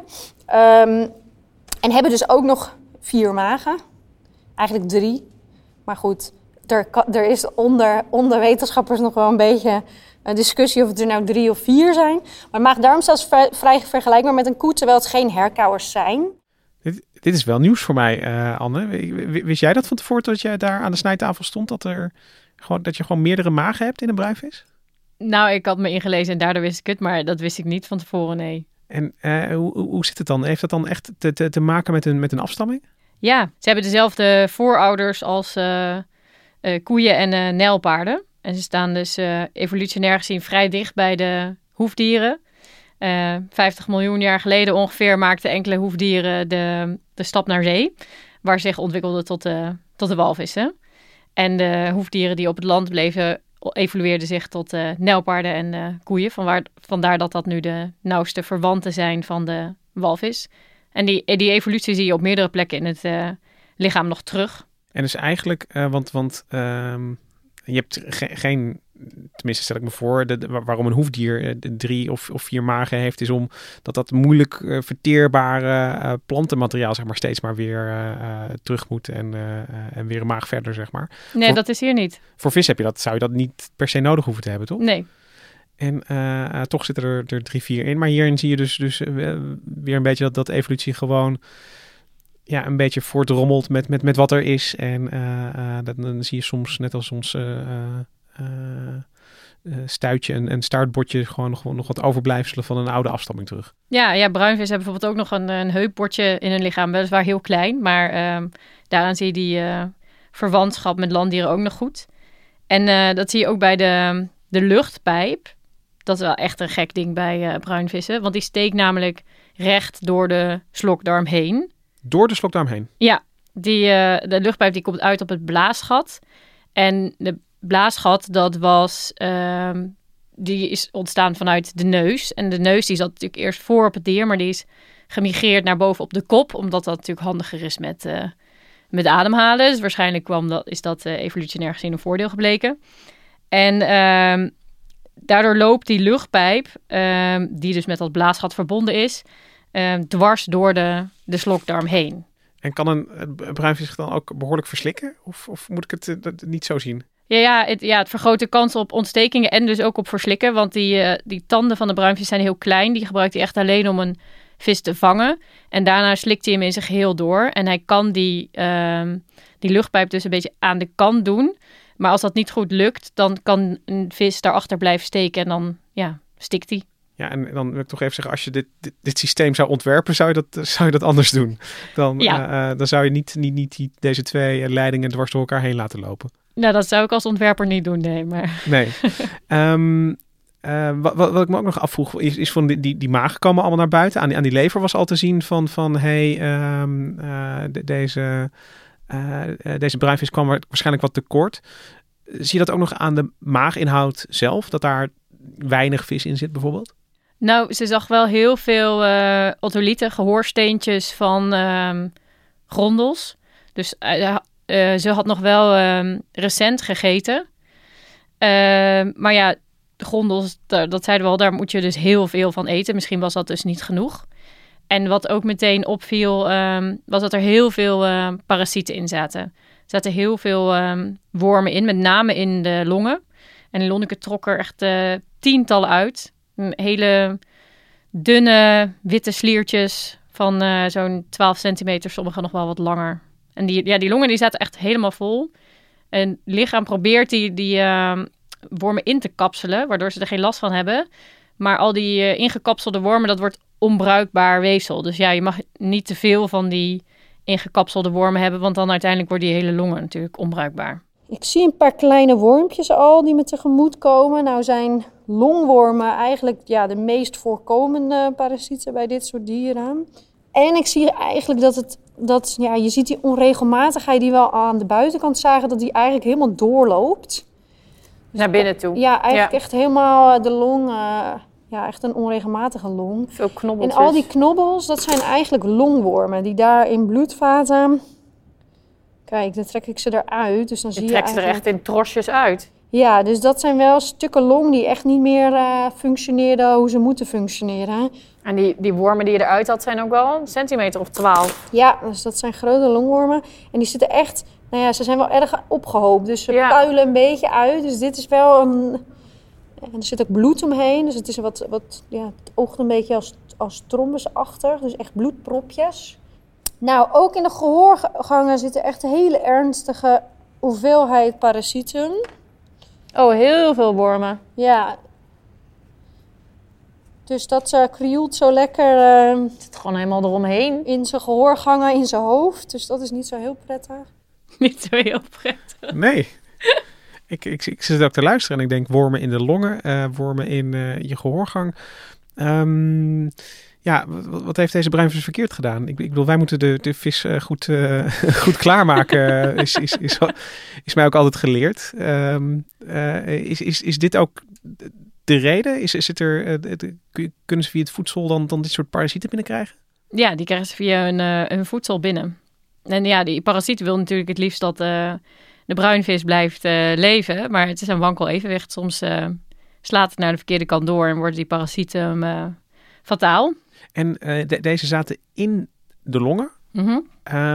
En hebben dus ook nog 4 magen. Eigenlijk 3. Maar goed, er is onder wetenschappers nog wel een beetje een discussie of het er nou 3 of 4 zijn. Maar maag-darm is zelfs vrij vergelijkbaar met een koe, terwijl het geen herkauwers zijn. Dit is wel nieuws voor mij, Anne. Wist jij dat van tevoren dat jij daar aan de snijtafel stond? Dat je gewoon meerdere magen hebt in een bruinvis? Nou, ik had me ingelezen en daardoor wist ik het, maar dat wist ik niet van tevoren, nee. En hoe zit het dan? Heeft dat dan echt te maken met een afstamming? Ja, ze hebben dezelfde voorouders als koeien en nijlpaarden. En ze staan dus evolutionair gezien vrij dicht bij de hoefdieren. 50 miljoen jaar geleden ongeveer maakten enkele hoefdieren de stap naar zee, waar ze zich ontwikkelden tot de walvissen. En de hoefdieren die op het land bleven, evolueerden zich tot nijlpaarden en koeien. Vandaar dat nu de nauwste verwanten zijn van de walvis. En die evolutie zie je op meerdere plekken in het lichaam nog terug. En dus eigenlijk, want je hebt geen... Tenminste, stel ik me voor, waarom een hoefdier 3 of 4 magen heeft, is omdat dat moeilijk verteerbare plantenmateriaal zeg maar steeds maar weer terug moet en weer een maag verder, zeg maar. Nee, dat is hier niet. Voor vis zou je dat niet per se nodig hoeven te hebben, toch? Nee. En toch zitten er 3, 4 in. Maar hierin zie je dus weer een beetje dat evolutie gewoon een beetje voortrommelt met wat er is. En dan zie je soms, net als ons stuitje en staartbotje, gewoon nog wat overblijfselen van een oude afstamming terug. Ja, bruinvis hebben bijvoorbeeld ook nog een heupbotje in hun lichaam. Weliswaar heel klein, maar daaraan zie je die verwantschap met landdieren ook nog goed. En dat zie je ook bij de luchtpijp. Dat is wel echt een gek ding bij bruinvissen. Want die steekt namelijk recht door de slokdarm heen. Door de slokdarm heen? Ja, de luchtpijp die komt uit op het blaasgat. En de blaasgat, die is ontstaan vanuit de neus. En de neus die zat natuurlijk eerst voor op het dier, maar die is gemigreerd naar boven op de kop, omdat dat natuurlijk handiger is met ademhalen. Dus waarschijnlijk is dat evolutionair gezien een voordeel gebleken. En daardoor loopt die luchtpijp, die dus met dat blaasgat verbonden is, dwars door de slokdarm heen. En kan een bruinvis zich dan ook behoorlijk verslikken? Of moet ik het niet zo zien? Het vergroot de kans op ontstekingen en dus ook op verslikken. Want die tanden van de bruinvis zijn heel klein. Die gebruikt hij echt alleen om een vis te vangen. En daarna slikt hij hem in zijn geheel door. En hij kan die luchtpijp dus een beetje aan de kant doen. Maar als dat niet goed lukt, dan kan een vis daarachter blijven steken. En dan stikt hij. Ja, en dan wil ik toch even zeggen, als je dit systeem zou ontwerpen, zou je dat anders doen. Dan zou je niet deze 2 leidingen dwars door elkaar heen laten lopen. Nou, dat zou ik als ontwerper niet doen, nee. Maar... Nee. Wat ik me ook nog afvroeg, is van die magen komen allemaal naar buiten. Aan die lever was al te zien van deze bruinvis kwam waarschijnlijk wat tekort. Zie je dat ook nog aan de maaginhoud zelf? Dat daar weinig vis in zit bijvoorbeeld? Nou, ze zag wel heel veel otolieten, gehoorsteentjes van grondels. Dus ze had nog wel recent gegeten. Maar ja, de grondels, dat zeiden we al, daar moet je dus heel veel van eten. Misschien was dat dus niet genoeg. En wat ook meteen opviel, was dat er heel veel parasieten in zaten. Er zaten heel veel wormen in, met name in de longen. En Lonneke trok er echt tientallen uit. Hele dunne, witte sliertjes van zo'n 12 centimeter, sommige nog wel wat langer. En die longen die zaten echt helemaal vol. En het lichaam probeert die wormen in te kapselen, waardoor ze er geen last van hebben. Maar al die ingekapselde wormen, dat wordt onbruikbaar weefsel. Dus ja, je mag niet te veel van die ingekapselde wormen hebben, want dan uiteindelijk worden die hele longen natuurlijk onbruikbaar. Ik zie een paar kleine wormpjes al die me tegemoet komen. Nou zijn longwormen eigenlijk de meest voorkomende parasieten bij dit soort dieren. En ik zie eigenlijk dat je ziet die onregelmatigheid die we al aan de buitenkant zagen, dat die eigenlijk helemaal doorloopt. Naar binnen toe. Ja, eigenlijk echt helemaal de long, echt een onregelmatige long. Veel knobbeltjes. En al die knobbels, dat zijn eigenlijk longwormen die daar in bloedvaten... Kijk, dan trek ik ze eruit. Dus dan zie je trekt ze er echt in trosjes uit. Ja, dus dat zijn wel stukken long die echt niet meer functioneerden hoe ze moeten functioneren. En die wormen die je eruit had zijn ook wel een centimeter of 12. Ja, dus dat zijn grote longwormen. En die zitten echt, ze zijn wel erg opgehoopt. Dus ze puilen een beetje uit. Dus dit is wel een... En er zit ook bloed omheen. Dus het is het oogt een beetje als trombusachtig. Dus echt bloedpropjes. Nou, ook in de gehoorgangen zitten echt hele ernstige hoeveelheid parasieten. Oh, heel veel wormen. Ja. Dus dat krioelt zo lekker... het zit gewoon helemaal eromheen. In zijn gehoorgangen, in zijn hoofd. Dus dat is niet zo heel prettig. Niet zo heel prettig. Nee. Ik zit ook te luisteren en ik denk wormen in de longen, wormen in je gehoorgang. Wat heeft deze bruinvis verkeerd gedaan? Ik bedoel, wij moeten de vis goed klaarmaken. Is mij ook altijd geleerd. Is dit ook de reden? Kunnen ze via het voedsel dan dit soort parasieten binnenkrijgen? Ja, die krijgen ze via hun voedsel binnen. En ja, die parasiet wil natuurlijk het liefst dat de bruinvis blijft leven. Maar het is een wankel evenwicht. Soms slaat het naar de verkeerde kant door en worden die parasieten fataal. En deze zaten in de longen. Mm-hmm.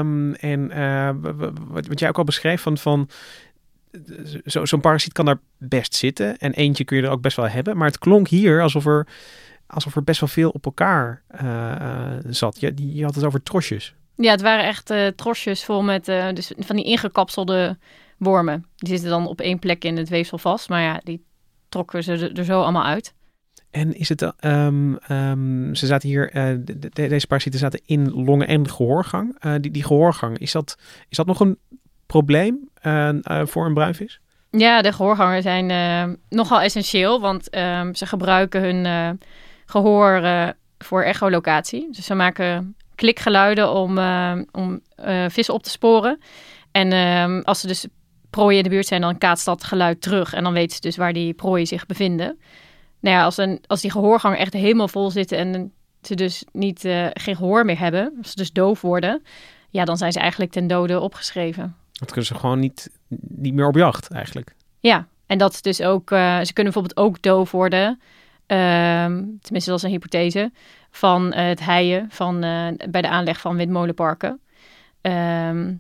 Wat jij ook al beschreef van zo'n parasiet kan daar best zitten. En eentje kun je er ook best wel hebben. Maar het klonk hier alsof er best wel veel op elkaar zat. Je had het over trosjes. Ja, het waren echt trosjes vol met dus van die ingekapselde wormen. Die zitten dan op één plek in het weefsel vast. Maar ja, die trokken ze er zo allemaal uit. En is het, ze zaten hier, deze parasieten zaten in longen en gehoorgang. Die gehoorgang, is dat nog een probleem voor een bruinvis? Ja, de gehoorgangen zijn nogal essentieel, want ze gebruiken hun gehoor voor echolocatie. Dus ze maken klikgeluiden om vissen op te sporen. En als ze dus prooien in de buurt zijn, dan kaatst dat geluid terug. En dan weten ze dus waar die prooien zich bevinden. Nou ja, als die gehoorgangen echt helemaal vol zitten en ze dus geen gehoor meer hebben, als ze dus doof worden, ja, dan zijn ze eigenlijk ten dode opgeschreven. Dat kunnen ze gewoon niet meer op jacht eigenlijk. Ja, en dat is dus ook, ze kunnen bijvoorbeeld ook doof worden, tenminste dat is een hypothese, van het heien bij de aanleg van windmolenparken.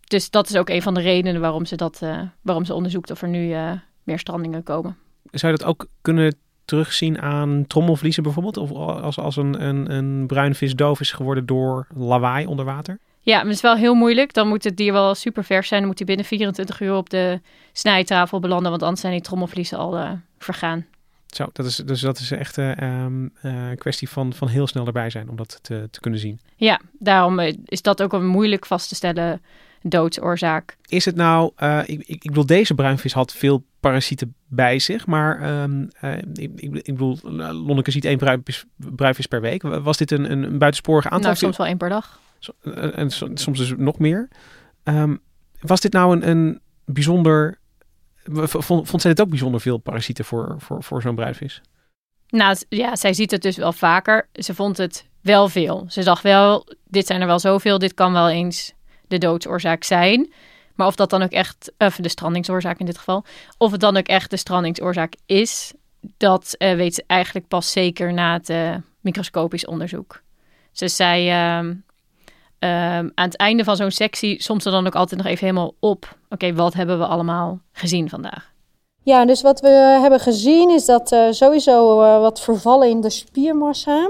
Dus dat is ook een van de redenen waarom ze onderzoekt of er nu meer strandingen komen. Zou je dat ook kunnen terugzien aan trommelvliezen bijvoorbeeld? Of als een bruinvis doof is geworden door lawaai onder water? Ja, maar het is wel heel moeilijk. Dan moet het dier wel super vers zijn. Dan moet hij binnen 24 uur op de snijtafel belanden. Want anders zijn die trommelvliezen al vergaan. Zo, dat is echt een kwestie van heel snel erbij zijn om dat te kunnen zien. Ja, daarom is dat ook een moeilijk vast te stellen doodsoorzaak. Is het nou, ik bedoel, deze bruinvis had veel parasieten bij zich, maar ik bedoel, Lonneke ziet 1 bruinvis per week. Was dit een buitensporig aantal? Nou, soms wel 1 per dag. En soms dus nog meer. Was dit nou een bijzonder... Vond zij het ook bijzonder veel parasieten voor zo'n bruinvis? Nou ja, zij ziet het dus wel vaker. Ze vond het wel veel. Ze dacht wel, dit zijn er wel zoveel. Dit kan wel eens de doodsoorzaak zijn. Maar of dat dan ook echt, de strandingsoorzaak in dit geval, of het dan ook echt de strandingsoorzaak is, dat weet ze eigenlijk pas zeker na het microscopisch onderzoek. Ze zei aan het einde van zo'n sectie soms er dan ook altijd nog even helemaal op. Oké, wat hebben we allemaal gezien vandaag? Ja, dus wat we hebben gezien is dat sowieso wat vervallen in de spiermassa.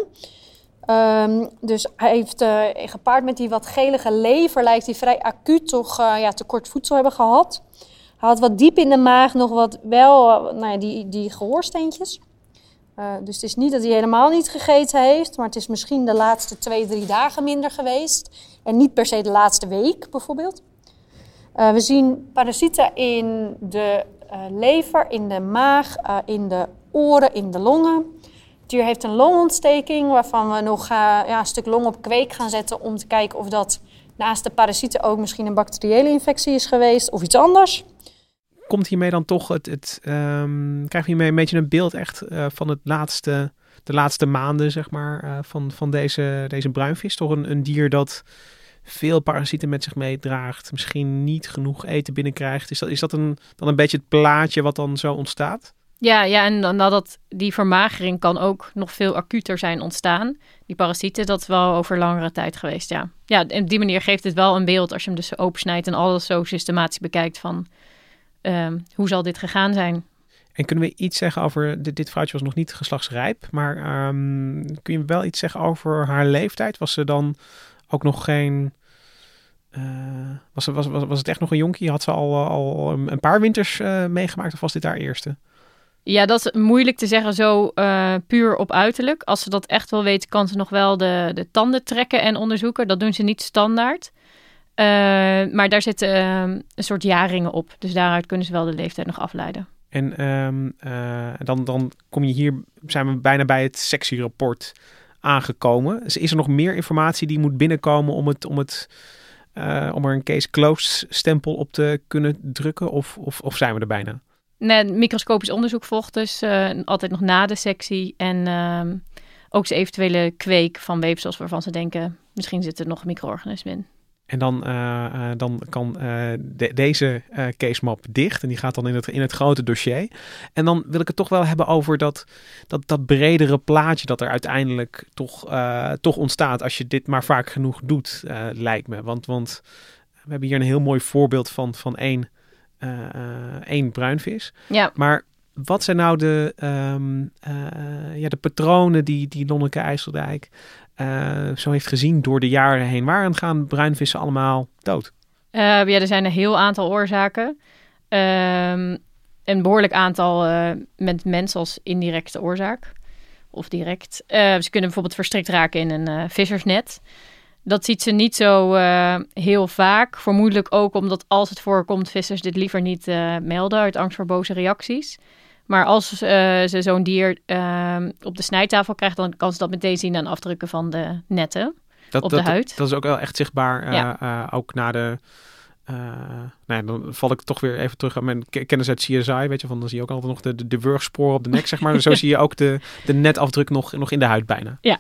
Dus hij heeft gepaard met die wat gelige lever lijkt hij vrij acuut toch tekort voedsel hebben gehad. Hij had wat diep in de maag nog wat wel die gehoorsteentjes. Dus het is niet dat hij helemaal niet gegeten heeft, maar het is misschien de laatste 2-3 dagen minder geweest. En niet per se de laatste week bijvoorbeeld. We zien parasieten in de lever, in de maag, in de oren, in de longen. Het dier heeft een longontsteking waarvan we nog een stuk long op kweek gaan zetten om te kijken of dat naast de parasieten ook misschien een bacteriële infectie is geweest of iets anders. Komt hiermee dan toch krijg je hiermee een beetje een beeld echt van de laatste maanden, zeg maar, van deze bruinvis? Toch een dier dat veel parasieten met zich meedraagt, misschien niet genoeg eten binnenkrijgt. Is dat dan een beetje het plaatje wat dan zo ontstaat? Ja, en dan die vermagering kan ook nog veel acuter zijn ontstaan. Die parasieten, dat is wel over langere tijd geweest, ja. Ja, en op die manier geeft het wel een beeld als je hem dus opensnijdt en alles zo systematisch bekijkt van hoe zal dit gegaan zijn. En kunnen we iets zeggen over, dit vrouwtje was nog niet geslachtsrijp, maar kun je wel iets zeggen over haar leeftijd? Was ze dan ook nog geen... Was het echt nog een jonkie? Had ze al een paar winters meegemaakt of was dit haar eerste? Ja, dat is moeilijk te zeggen zo puur op uiterlijk. Als ze dat echt wil weten, kan ze nog wel de tanden trekken en onderzoeken. Dat doen ze niet standaard. Maar daar zitten een soort jaarringen op. Dus daaruit kunnen ze wel de leeftijd nog afleiden. En dan kom je hier, zijn we bijna bij het sectierapport aangekomen. Is er nog meer informatie die moet binnenkomen om er een case closed stempel op te kunnen drukken? Of zijn we er bijna? Nee, microscopisch onderzoek volgt dus altijd nog na de sectie. En ook zijn eventuele kweek van weefsels waarvan ze denken, misschien zit er nog micro-organismen in. En dan kan deze case map dicht. En die gaat dan in het grote dossier. En dan wil ik het toch wel hebben over dat bredere plaatje dat er uiteindelijk toch ontstaat als je dit maar vaak genoeg doet, lijkt me. Want we hebben hier een heel mooi voorbeeld van één bruinvis. Ja. Maar wat zijn nou de patronen die Lonneke IJsseldijk zo heeft gezien door de jaren heen? Waaraan gaan bruinvissen allemaal dood? Er zijn een heel aantal oorzaken. Een behoorlijk aantal met mens als indirecte oorzaak. Of direct. Ze kunnen bijvoorbeeld verstrikt raken in een vissersnet. Dat ziet ze niet zo heel vaak. Vermoedelijk ook omdat als het voorkomt, vissers dit liever niet melden uit angst voor boze reacties. Maar als ze zo'n dier op de snijtafel krijgt, dan kan ze dat meteen zien aan afdrukken van de netten op de huid. Dat is ook wel echt zichtbaar. Ja. Ook na de... dan val ik toch weer even terug aan mijn kennis uit CSI. Weet je, dan zie je ook altijd nog de wurgsporen op de nek, zeg maar. Zo zie je ook de netafdruk nog in de huid bijna. Ja.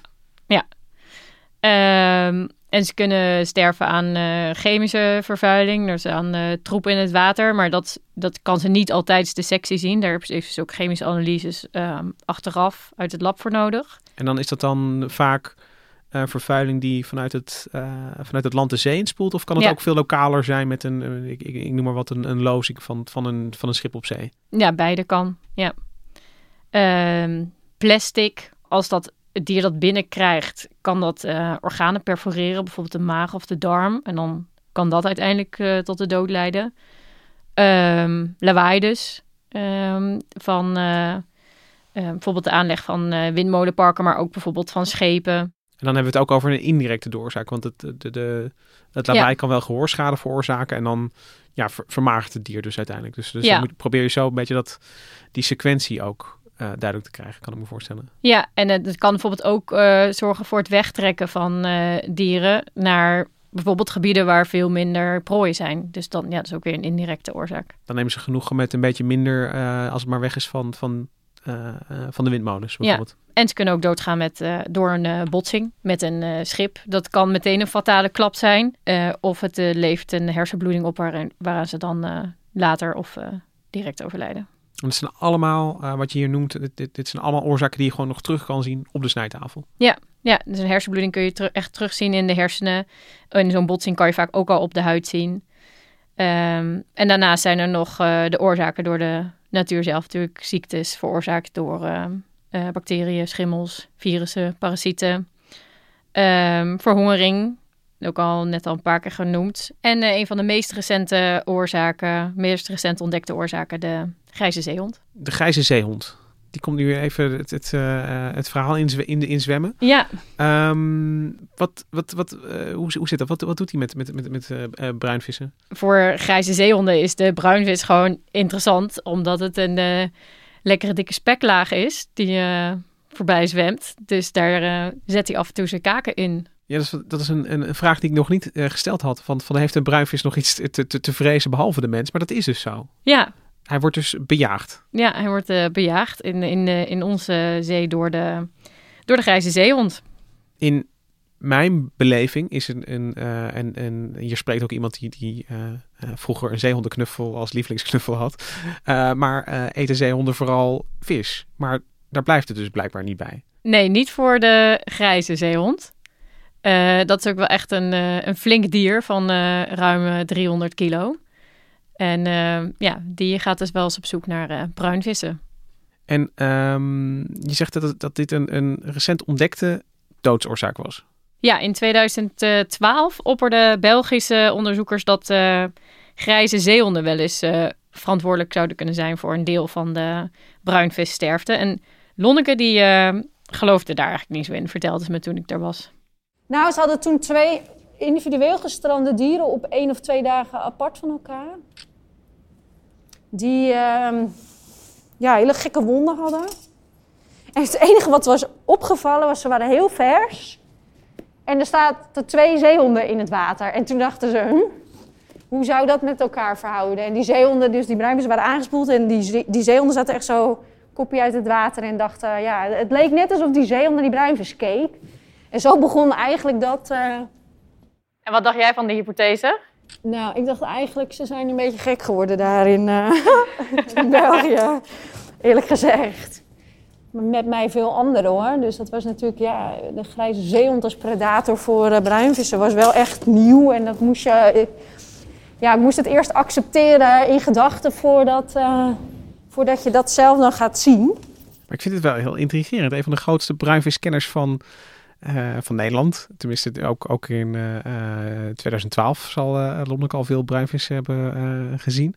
En ze kunnen sterven aan chemische vervuiling, dus aan troep in het water. Maar dat kan ze niet altijd tijdens de sectie zien. Daar heeft ze ook chemische analyses achteraf uit het lab voor nodig. En dan is dat dan vaak vervuiling die vanuit het land de zee inspoelt? Of kan het ook veel lokaler zijn met ik noem maar wat, een lozing van een schip op zee? Ja, beide kan. Ja. Plastic, als het dier dat binnenkrijgt, kan dat organen perforeren, bijvoorbeeld de maag of de darm. En dan kan dat uiteindelijk tot de dood leiden. Lawaai dus. Van bijvoorbeeld de aanleg van windmolenparken, maar ook bijvoorbeeld van schepen. En dan hebben we het ook over een indirecte oorzaak. Want het lawaai kan wel gehoorschade veroorzaken. En dan vermagert het dier dus uiteindelijk. Dus dan probeer je zo een beetje die sequentie ook duidelijk te krijgen, kan ik me voorstellen. Ja, en het kan bijvoorbeeld ook zorgen voor het wegtrekken van dieren naar bijvoorbeeld gebieden waar veel minder prooien zijn. Dus dan, dat is ook weer een indirecte oorzaak. Dan nemen ze genoegen met een beetje minder als het maar weg is van de windmolens bijvoorbeeld. Ja, en ze kunnen ook doodgaan door een botsing met een schip. Dat kan meteen een fatale klap zijn. Of het levert een hersenbloeding op waaraan ze dan later of direct overlijden. En dat zijn allemaal, wat je hier noemt, dit zijn allemaal oorzaken die je gewoon nog terug kan zien op de snijtafel. Ja, dus een hersenbloeding kun je echt terugzien in de hersenen. En zo'n botsing kan je vaak ook al op de huid zien. En daarnaast zijn er nog de oorzaken door de natuur zelf. Natuurlijk ziektes veroorzaakt door bacteriën, schimmels, virussen, parasieten. Verhongering, ook net al een paar keer genoemd. En een van de meest recent ontdekte oorzaken, de grijze zeehond. De grijze zeehond. Die komt nu even het verhaal inzwemmen. Ja. Hoe zit dat? Wat doet hij met bruinvissen? Voor grijze zeehonden is de bruinvis gewoon interessant, omdat het een lekkere dikke speklaag is die voorbij zwemt. Dus daar zet hij af en toe zijn kaken in. Ja, dat is een vraag die ik nog niet gesteld had. Van heeft een bruinvis nog iets te vrezen behalve de mens? Maar dat is dus zo. Ja. Hij wordt dus bejaagd. Ja, hij wordt bejaagd in onze zee door de grijze zeehond. In mijn beleving is en hier spreekt ook iemand die vroeger een zeehondenknuffel als lievelingsknuffel had. Maar eten zeehonden vooral vis. Maar daar blijft het dus blijkbaar niet bij. Nee, niet voor de grijze zeehond. Dat is ook wel echt een flink dier van ruim 300 kilo. En die gaat dus wel eens op zoek naar bruinvissen. En je zegt dat dit een recent ontdekte doodsoorzaak was. Ja, in 2012 opperden Belgische onderzoekers dat grijze zeehonden wel eens verantwoordelijk zouden kunnen zijn voor een deel van de bruinvissterfte. En Lonneke die geloofde daar eigenlijk niet zo in, vertelde ze me toen ik daar was. Nou, ze hadden toen 2 individueel gestrande dieren op 1 of 2 dagen apart van elkaar. Die hele gekke wonden hadden. En het enige wat was opgevallen was, ze waren heel vers. En er zaten 2 zeehonden in het water. En toen dachten ze, hoe zou dat met elkaar verhouden? En die zeehonden, dus die bruinvissen waren aangespoeld. En die zeehonden zaten echt zo kopje uit het water en dachten, het leek net alsof die zeehond naar die bruinvis keek. En zo begon eigenlijk dat. En wat dacht jij van die hypothese? Nou, ik dacht eigenlijk, ze zijn een beetje gek geworden daar in België. Eerlijk gezegd. Maar met mij veel anderen hoor. Dus dat was natuurlijk, de grijze zeehond als predator voor bruinvissen was wel echt nieuw. En dat moest je. Ik moest het eerst accepteren in gedachten voordat je dat zelf dan gaat zien. Maar ik vind het wel heel intrigerend. Een van de grootste bruinviskenners van Nederland. Tenminste, ook in 2012 zal Lonneke al veel bruinvissen hebben gezien.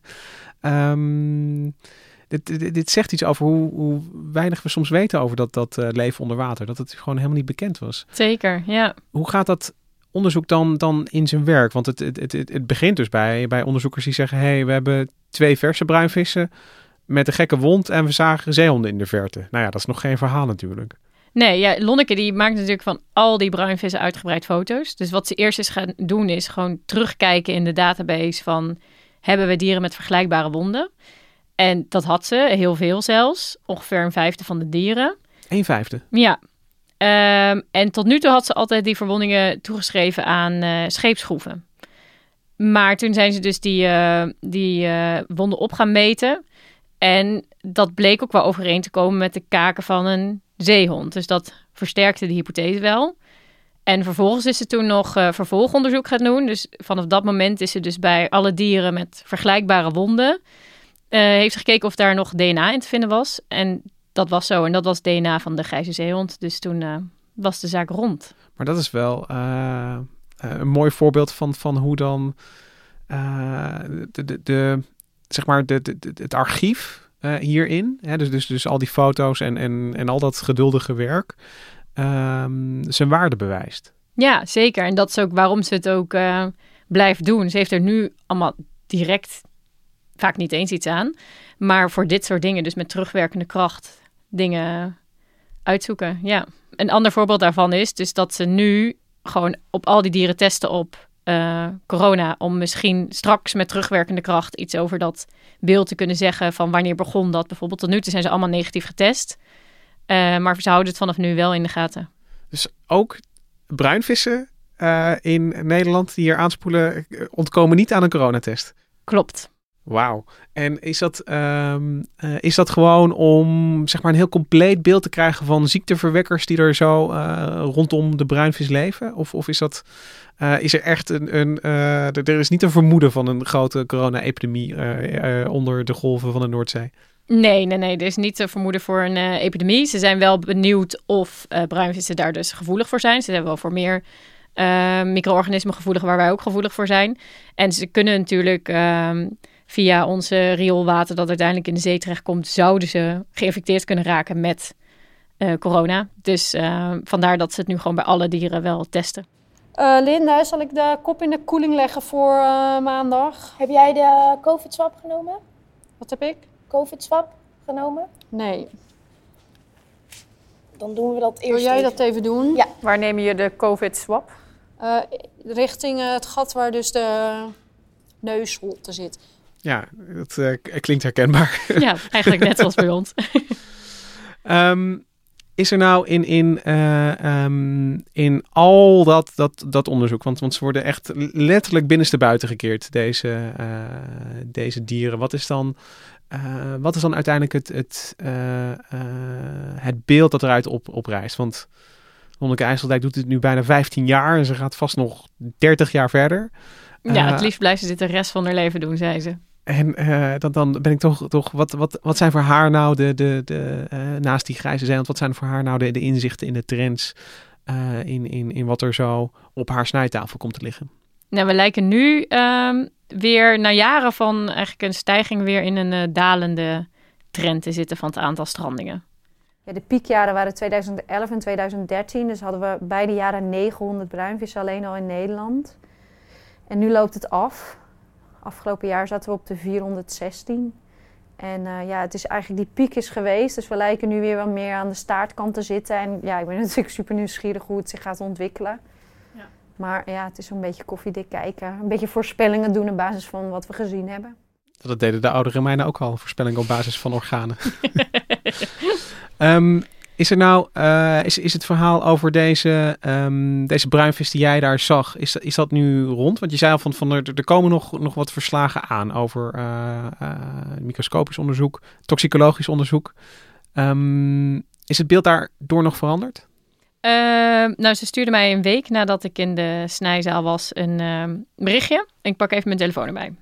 Dit zegt iets over hoe weinig we soms weten over dat leven onder water. Dat het gewoon helemaal niet bekend was. Zeker, ja. Hoe gaat dat onderzoek dan in zijn werk? Want het begint dus bij onderzoekers die zeggen, hey, we hebben 2 verse bruinvissen met een gekke wond en we zagen zeehonden in de verte. Nou ja, dat is nog geen verhaal natuurlijk. Nee, Lonneke die maakt natuurlijk van al die bruinvissen uitgebreid foto's. Dus wat ze eerst is gaan doen is gewoon terugkijken in de database van, hebben we dieren met vergelijkbare wonden? En dat had ze, heel veel zelfs. Ongeveer 1/5 van de dieren. 1/5? Ja. En tot nu toe had ze altijd die verwondingen toegeschreven aan scheepsschroeven. Maar toen zijn ze dus die wonden op gaan meten. En dat bleek ook wel overeen te komen met de kaken van een zeehond. Dus dat versterkte de hypothese wel. En vervolgens is ze toen nog vervolgonderzoek gaan doen. Dus vanaf dat moment is ze dus bij alle dieren met vergelijkbare wonden... heeft ze gekeken of daar nog DNA in te vinden was. En dat was zo. En dat was DNA van de grijze zeehond. Dus toen was de zaak rond. Maar dat is wel een mooi voorbeeld van hoe dan het archief hierin, hè, dus al die foto's en al dat geduldige werk, zijn waarde bewijst. Ja, zeker. En dat is ook waarom ze het ook blijft doen. Ze heeft er nu allemaal direct vaak niet eens iets aan. Maar voor dit soort dingen, dus met terugwerkende kracht, dingen uitzoeken. Ja. Een ander voorbeeld daarvan is dus dat ze nu gewoon op al die dieren testen op corona. Om misschien straks met terugwerkende kracht iets over dat beeld te kunnen zeggen van wanneer begon dat. Bijvoorbeeld tot nu toe zijn ze allemaal negatief getest. Maar ze houden het vanaf nu wel in de gaten. Dus ook bruinvissen in Nederland die hier aanspoelen ontkomen niet aan een coronatest? Klopt. Wauw. En is dat gewoon om zeg maar een heel compleet beeld te krijgen van ziekteverwekkers die er zo rondom de bruinvis leven? Of is dat is er echt er is niet een vermoeden van een grote corona-epidemie onder de golven van de Noordzee? Nee. Er is niet te vermoeden voor een epidemie. Ze zijn wel benieuwd of bruinvissen daar dus gevoelig voor zijn. Ze zijn wel voor meer micro-organismen gevoelig waar wij ook gevoelig voor zijn. En ze kunnen natuurlijk via onze rioolwater dat uiteindelijk in de zee terechtkomt, zouden ze geïnfecteerd kunnen raken met corona. Dus vandaar dat ze het nu gewoon bij alle dieren wel testen. Linda, zal ik de kop in de koeling leggen voor maandag? Heb jij de COVID-swab genomen? Wat heb ik? COVID-swab genomen? Nee. Dan doen we dat eerst. Wil jij dat even doen? Ja. Waar neem je de COVID-swab? Richting het gat waar dus de neusholte zit. Ja, dat klinkt herkenbaar. Ja, eigenlijk net zoals bij ons. Is er nou in al dat onderzoek, want ze worden echt letterlijk binnenstebuiten gekeerd, deze dieren. Wat is dan uiteindelijk het beeld dat eruit oprijst? Want Lonneke IJsseldijk doet dit nu bijna 15 jaar en ze gaat vast nog 30 jaar verder. Ja, het liefst blijft ze dit de rest van haar leven doen, zei ze. En dan ben ik toch wat zijn voor haar nou naast die grijze zeehond, wat zijn voor haar nou de inzichten in de trends, in wat er zo op haar snijtafel komt te liggen? Nou, we lijken nu weer na jaren van eigenlijk een stijging weer in een dalende trend te zitten van het aantal strandingen. Ja, de piekjaren waren 2011 en 2013, dus hadden we beide jaren 900 bruinvissen alleen al in Nederland. En nu loopt het af. Afgelopen jaar zaten we op de 416. En het is eigenlijk die piek is geweest. Dus we lijken nu weer wat meer aan de staartkant te zitten. En ja, ik ben natuurlijk super nieuwsgierig hoe het zich gaat ontwikkelen. Ja. Maar ja, het is een beetje koffiedik kijken. Een beetje voorspellingen doen op basis van wat we gezien hebben. Dat deden de oude Romeinen ook al, voorspellingen op basis van organen. Is er nou, is het verhaal over deze bruinvis die jij daar zag, is dat nu rond? Want je zei al van er komen nog wat verslagen aan over microscopisch onderzoek, toxicologisch onderzoek. Is het beeld daardoor nog veranderd? Ze stuurde mij een week nadat ik in de snijzaal was een berichtje. Ik pak even mijn telefoon erbij.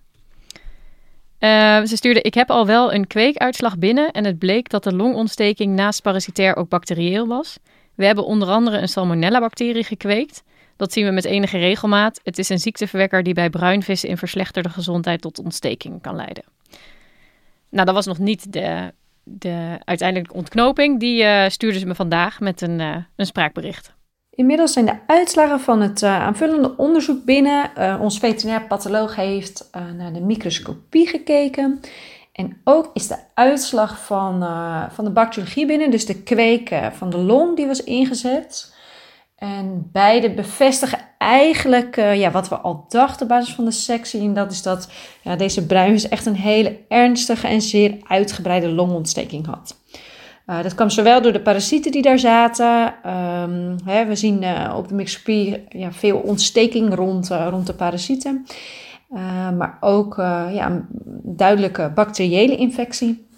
Ze stuurde, ik heb al wel een kweekuitslag binnen en het bleek dat de longontsteking naast parasitair ook bacterieel was. We hebben onder andere een salmonella-bacterie gekweekt. Dat zien we met enige regelmaat. Het is een ziekteverwekker die bij bruinvissen in verslechterde gezondheid tot ontsteking kan leiden. Nou, dat was nog niet de uiteindelijke ontknoping. Die stuurde ze me vandaag met een spraakbericht. Inmiddels zijn de uitslagen van het aanvullende onderzoek binnen. Ons veterinair patholoog heeft naar de microscopie gekeken. En ook is de uitslag van de bacteriologie binnen, dus de kweek van de long die was ingezet. En beide bevestigen eigenlijk wat we al dachten op basis van de sectie. En dat is dat deze bruinvis echt een hele ernstige en zeer uitgebreide longontsteking had. Dat kwam zowel door de parasieten die daar zaten. We zien op de microscopie veel ontsteking rond de parasieten. Maar ook een duidelijke bacteriële infectie.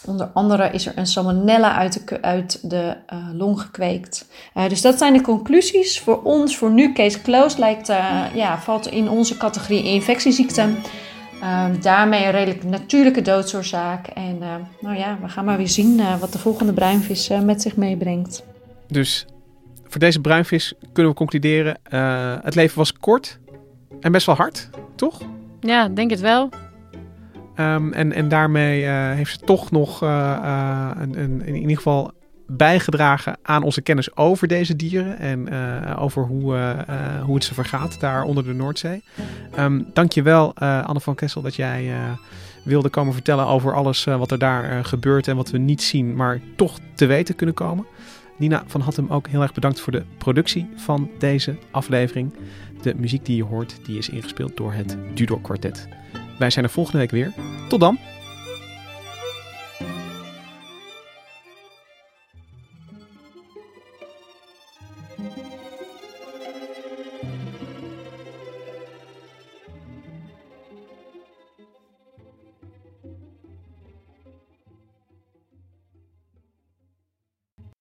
Onder andere is er een salmonella uit de long gekweekt. Dus dat zijn de conclusies. Voor ons, voor nu, case closed, valt in onze categorie infectieziekte. Daarmee een redelijk natuurlijke doodsoorzaak. En we gaan maar weer zien wat de volgende bruinvis met zich meebrengt. Dus voor deze bruinvis kunnen we concluderen, het leven was kort en best wel hard, toch? Ja, denk het wel. En daarmee heeft ze toch nog in ieder geval bijgedragen aan onze kennis over deze dieren en over hoe het ze vergaat daar onder de Noordzee. Dank je wel, Anne van Kessel, dat jij wilde komen vertellen over alles wat er daar gebeurt en wat we niet zien, maar toch te weten kunnen komen. Nina van Hattem ook heel erg bedankt voor de productie van deze aflevering. De muziek die je hoort, die is ingespeeld door het Dudok Quartet. Wij zijn er volgende week weer. Tot dan!